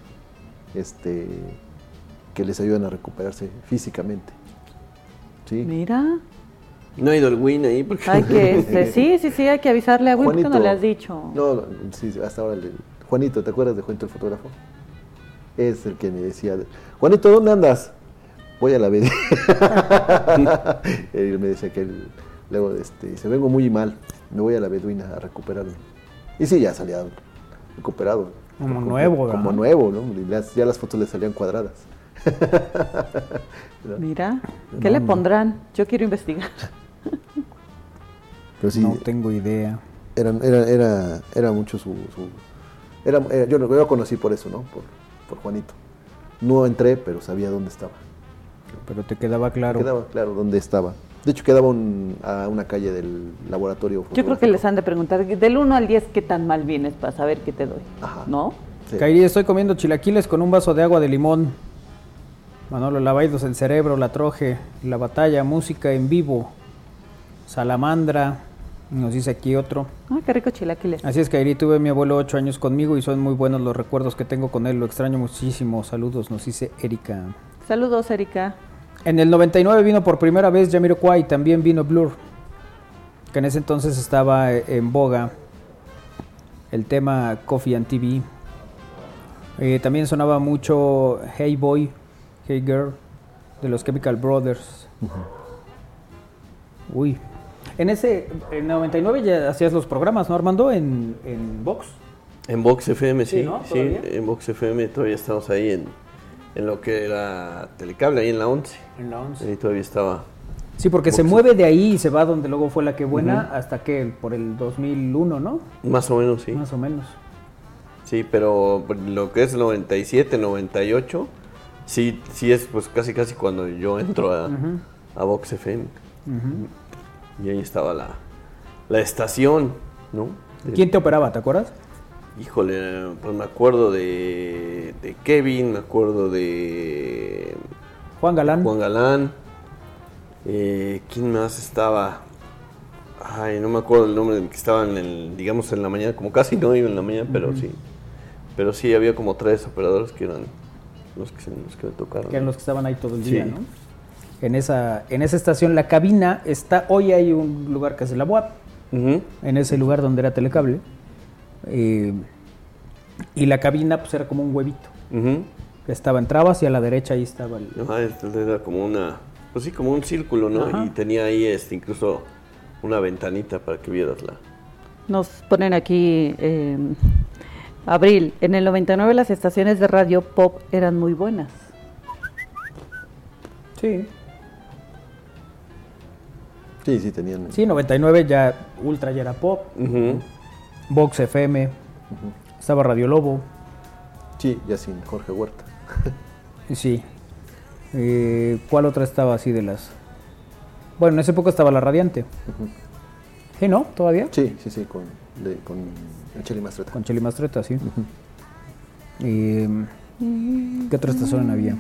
que les ayudan a recuperarse físicamente. Sí. Mira. ¿No ha ido el Win ahí? Porque... Hay que, sí, hay que avisarle a Win porque no le has dicho. No, sí, hasta ahora Juanito, ¿te acuerdas de Juanito el fotógrafo? Es el que me decía, Juanito, ¿dónde andas? Voy a la Beduina. Él me decía que luego se vengo muy mal, me voy a la Beduina a recuperarme. Y sí, ya salía recuperado. Como nuevo, ¿no? Como nuevo, ¿no? Ya las fotos le salían cuadradas. Mira, ¿qué le pondrán? Yo quiero investigar. Pero sí, no tengo idea. Era mucho yo lo conocí por eso, ¿no? Por Juanito. No entré, pero sabía dónde estaba. Pero te quedaba claro. Quedaba claro dónde estaba. De hecho, quedaba a una calle del laboratorio. Yo creo que les han de preguntar, del 1 al 10, ¿qué tan mal vienes para saber qué te doy? Ajá. ¿No? Sí. Kairi, estoy comiendo chilaquiles con un vaso de agua de limón. Manolo Lavaidos, El Cerebro, La Troje, La Batalla, música en vivo. Salamandra, nos dice aquí otro. Qué rico chilaquiles. Así es, Kairi, tuve a mi abuelo 8 años conmigo y son muy buenos los recuerdos que tengo con él. Lo extraño muchísimo. Saludos, nos dice Erika. Saludos, Erika. En el 99 vino por primera vez Jamiroquai, también vino Blur, que en ese entonces estaba en boga el tema Coffee and TV. También sonaba mucho Hey Boy, Hey Girl, de los Chemical Brothers. Uy. En el 99 ya hacías los programas, ¿no, Armando? En Vox. En Vox FM, sí. ¿No? Sí, en Vox FM todavía estamos ahí en lo que era Telecable, ahí en la 11. En la 11. Ahí todavía estaba. Sí, porque se mueve de ahí y se va donde luego fue La Que Buena, hasta que por el 2001, ¿no? Más o menos, sí. Más o menos. Sí, pero lo que es 97, 98, sí es pues casi cuando yo entro a Vox FM. Y ahí estaba la estación, ¿no? ¿Quién te operaba, te acuerdas? Híjole, pues me acuerdo de Kevin, me acuerdo de Juan Galán. ¿Quién más estaba? Ay, no me acuerdo el nombre del que estaba digamos en la mañana, como casi no iba en la mañana, pero sí. Pero sí había como 3 operadores que eran los que me tocaron. Que eran los que estaban ahí todo el día, ¿no? En esa estación, la cabina está, hoy hay un lugar que es la UAP, en ese lugar donde era Telecable. Y la cabina pues era como un huevito. Entrabas y a la derecha ahí estaba era como como un círculo, ¿no? Ajá. Y tenía ahí incluso una ventanita para que vieras Nos ponen aquí Abril, en el 99 las estaciones de radio pop eran muy buenas. Sí. Sí, tenían. Sí, 99 ya Ultra ya era pop. Vox FM. Estaba Radio Lobo. Sí, ya sin Jorge Huerta. Sí. ¿Cuál otra estaba así de las? Bueno, en esa época estaba La Radiante. ¿Sí, no? ¿Todavía? Sí, con Cheli Mastreta. Con Cheli Mastreta, sí. ¿Qué otra estación había?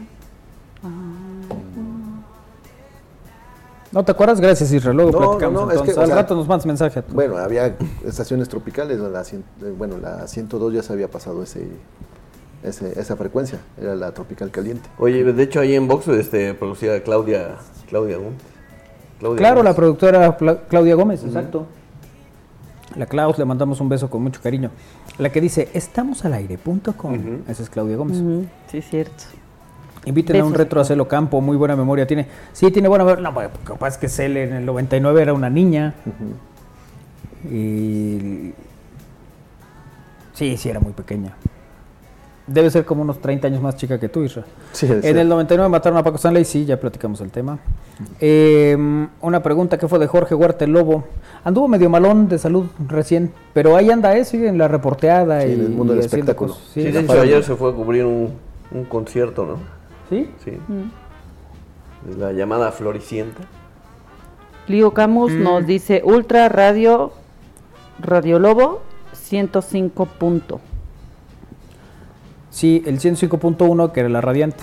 ¿No te acuerdas? Gracias, Israel. Luego platicamos entonces. Es que, al rato nos mandas mensaje. Bueno, había estaciones tropicales. La 102 ya se había pasado esa frecuencia, era la tropical caliente. Oye, de hecho ahí en Vox producía Claudia Gómez. Claro, Gómez. La productora Claudia Gómez, exacto. La Klaus, le mandamos un beso con mucho cariño. La que dice, estamosalaire.com. Esa es Claudia Gómez. Sí, cierto. Inviten a un retro a Celo Campo, muy buena memoria tiene. Sí, tiene buena memoria. No, bueno, capaz que Cele en el 99 era una niña. Y... Sí, era muy pequeña. Debe ser como unos 30 años más chica que tú, Isra. Sí, en el 99 mataron a Paco Stanley, sí, ya platicamos el tema. Una pregunta, ¿qué fue de Jorge Huerta el Lobo? Anduvo medio malón de salud recién, pero ahí anda, sigue en la reporteada. Sí, en el mundo del espectáculo. Sí, de hecho ayer se fue a cubrir un concierto, ¿no? ¿Sí? Sí. La llamada Floricienta. Lío Camus nos dice Ultra Radio Lobo 105 punto. Sí, el 105.1 que era la radiante.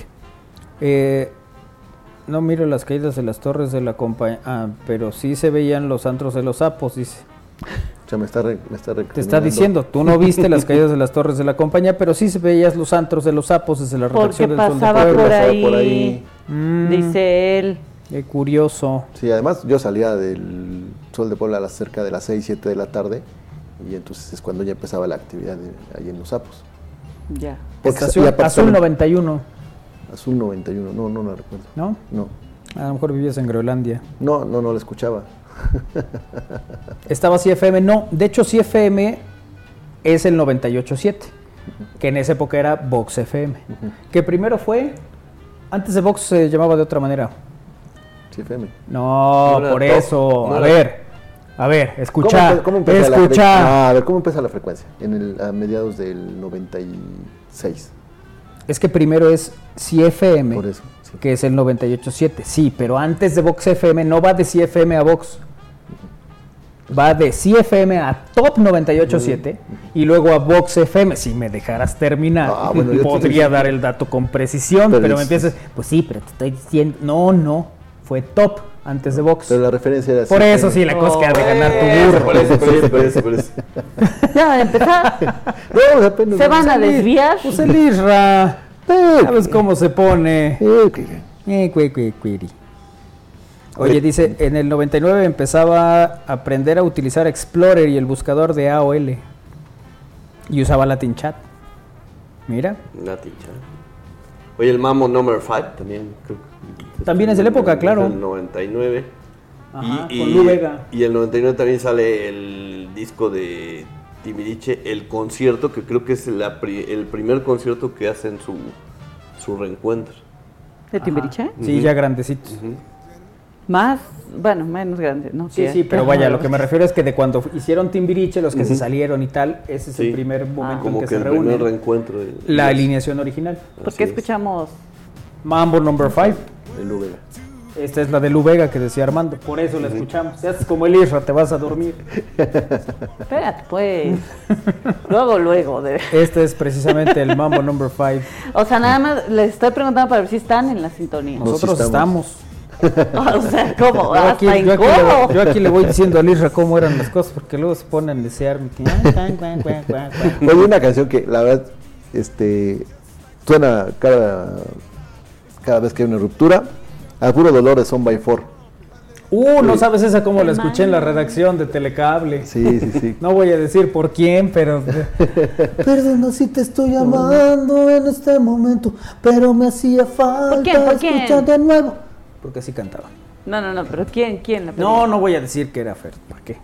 No miro las caídas de las torres de la compañía, pero sí se veían los antros de los sapos, dice. O sea, me está te está diciendo, tú no viste las caídas de las torres de la compañía, pero sí se veías los antros de los sapos desde la redacción del Sol de Puebla. Porque pasaba por ahí. Dice él. Qué curioso. Sí, además yo salía del Sol de Puebla a cerca de las 6, 7 de la tarde, y entonces es cuando ya empezaba la actividad ahí en los sapos. Ya. Estación Azul 91. Azul 91, no la recuerdo. ¿No? No. A lo mejor vivías en Groenlandia. No la escuchaba. Estaba CFM, no. De hecho, CFM es el 98.7, que en esa época era Vox FM. Que primero fue, antes de Vox se llamaba de otra manera. CFM. No, por eso. A ver, escucha. ¿Cómo escucha. A ver, ¿cómo empieza la frecuencia? A mediados del 96. Es que primero es CFM, por eso, sí. Que es el 98.7. Sí, pero antes de Vox FM no va de CFM a Vox. Va de CFM a Top 98.7 y luego a Vox FM. Si me dejaras terminar, podría dar el dato con precisión, pero me empiezas, pues sí, pero te estoy diciendo, no, fue Top antes de Vox. Pero la referencia era por eso sí, la cosa que ha de ganar tu burro. Por eso. Ya, empezar. No, se van a desviar. Pues el Isra, ¿sabes cómo se pone? Oye, dice, en el 99 empezaba a aprender a utilizar Explorer y el buscador de AOL. Y usaba Latin Chat. Mira. Latin Chat. Oye, el Mambo Number 5 también creo que también es de la época, claro. El 99. Ajá, con Lu Vega. Y el 99 también sale el disco de Timbiriche, el concierto, que creo que es el primer concierto que hacen su reencuentro. ¿De Timbiriche? Sí, ya grandecitos. Menos grande, ¿no? Sí, pero vaya, lo que me refiero es que de cuando hicieron Timbiriche, los que se salieron y tal, ese es el primer momento en que se reúnen. El primer reencuentro. La alineación original. ¿Por qué escuchamos Mambo Number 5? El Lu Vega. Esta es la de Lu Vega que decía Armando, por eso la escuchamos. Si haces como el Isra, te vas a dormir. Espérate, pues. luego. Este es precisamente el Mambo Number 5. O sea, nada más les estoy preguntando para ver si están en la sintonía. Nosotros estamos. O sea, ¿cómo? Yo aquí le voy diciendo a Lisra cómo eran las cosas, porque luego se ponen a desearme. Oye, una canción que la verdad suena cada vez que hay una ruptura, a puro dolor de Son by Four. No sabes esa cómo la escuché en la redacción de Telecable. Sí. No voy a decir por quién, pero... Perdona si te estoy amando en este momento, pero me hacía falta escuchar de nuevo. Porque así cantaba. No, pero ¿quién la pedía? No voy a decir que era Fer, ¿para qué?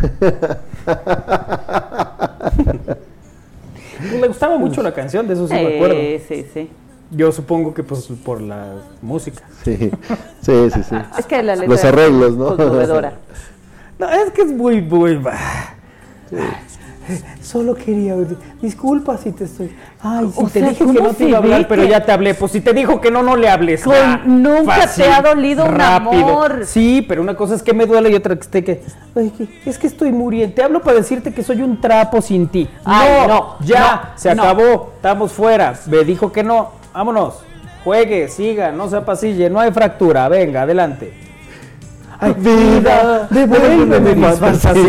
Pues le gustaba mucho la canción, de eso sí me acuerdo. Sí. Yo supongo que pues por la música. Sí. Es que la letra los arreglos, ¿no? Conmovedora. No, es que es muy... Sí. Solo quería... Disculpa si te estoy... Ay, si te dije que no te iba a hablar, pero ya te hablé. Pues si te dijo que no le hables. Nunca fácil, te ha dolido rápido. Un amor. Sí, pero una cosa es que me duele y otra que es que estoy muriendo. Te hablo para decirte que soy un trapo sin ti. Se acabó. Estamos fuera. Me dijo que no. Vámonos. Juegue, siga, no se apacille. No hay fractura. Venga, adelante. Ay, vida, devuélveme mis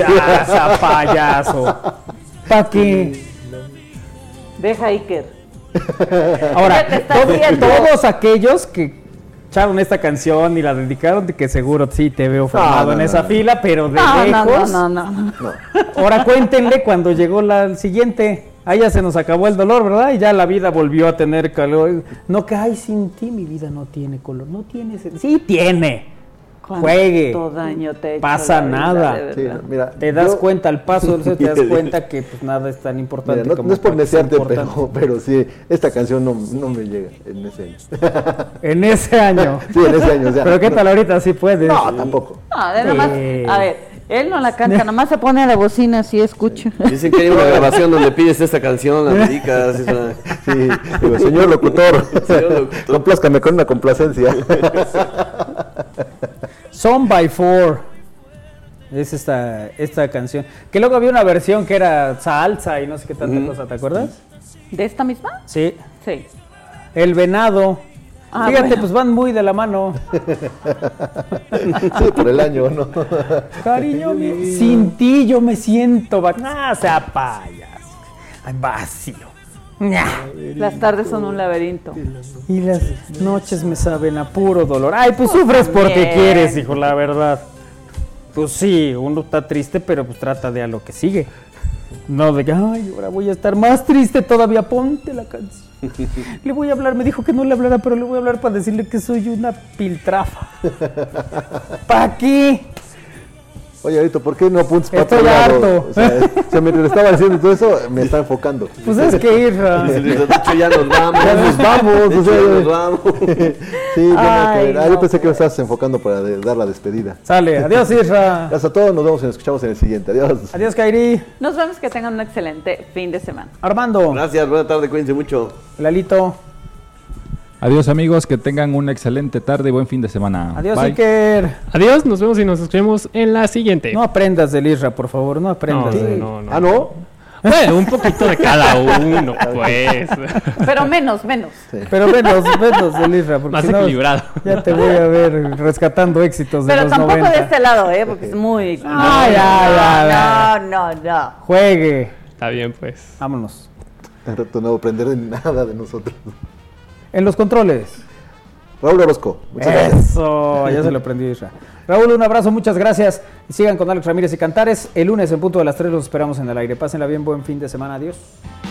fantasías, payaso. ¿Para qué? Deja Iker. Ahora, todos aquellos que echaron esta canción y la dedicaron, de que seguro sí te veo formado en esa fila, pero de lejos. No. Ahora cuéntenle cuando llegó la siguiente. Ahí ya se nos acabó el dolor, ¿verdad? Y ya la vida volvió a tener calor. No, que ay, sin ti mi vida no tiene color. No tiene. Sí tiene. Juegue. Daño te pasa nada. Sí, mira, te das cuenta al paso, te das cuenta que pues nada es tan importante. Mira, no es por necearte, pero sí, esta canción no me llega en ese año. ¿En ese año? Sí, en ese año. O sea, pero ¿qué tal ahorita? ¿Sí puedes? No, tampoco. No, además, a ver, él no la canta, nomás se pone a la bocina así escucha. Dicen que hay una grabación donde pides esta canción, la dedicas. Sí, digo, señor locutor, complázcame con una complacencia. Son by Four es esta canción. Que luego había una versión que era salsa y no sé qué tanta cosa, ¿te acuerdas? ¿De esta misma? Sí. Sí. El Venado. Fíjate, bueno, pues van muy de la mano. Sí, por el año, ¿no? Cariño, sin ti yo me siento sea payas. Ay, vacío. Las tardes son un laberinto. Y las noches me saben a puro dolor. Ay, pues sufres porque quieres, hijo, la verdad. Pues sí, uno está triste, pero pues trata de a lo que sigue. No de que, ay, ahora voy a estar más triste todavía, ponte la canción. Le voy a hablar, me dijo que no le hablara, pero le voy a hablar para decirle que soy una piltrafa. ¿Para qué? Oye, ahorita, ¿por qué no apuntas para otro lado? O sea, mientras le estaba diciendo todo eso, me está enfocando. Pues es que ir. Ya nos vamos. Ya nos vamos. O sea, ya nos vamos. Sí, yo pensé que me estabas enfocando para dar la despedida. Sale, adiós, Isra. Gracias a todos, nos vemos y nos escuchamos en el siguiente. Adiós. Adiós, Kairi. Nos vemos, que tengan un excelente fin de semana. Armando. Gracias, buena tarde, cuídense mucho. Lalito. Adiós, amigos, que tengan una excelente tarde y buen fin de semana. Adiós, Iker. Adiós, nos vemos y nos escuchemos en la siguiente. No aprendas del Isra, por favor, no aprendas. No. ¿Ah, no? Bueno, un poquito de cada uno, pues. Pero menos. Sí. Pero menos del Isra. Porque más equilibrado. Ya te voy a ver rescatando éxitos de los 90. Pero tampoco de este lado, porque es muy... No. Juegue. Está bien, pues. Vámonos. Al rato no aprender de nada de nosotros. En los controles. Raúl Orozco. Muchas gracias. Eso, ya se lo aprendí, Isra. Raúl, un abrazo, muchas gracias. Y sigan con Alex Ramírez y Cantares. El lunes en punto de las 3 los esperamos en el aire. Pásenla bien, buen fin de semana. Adiós.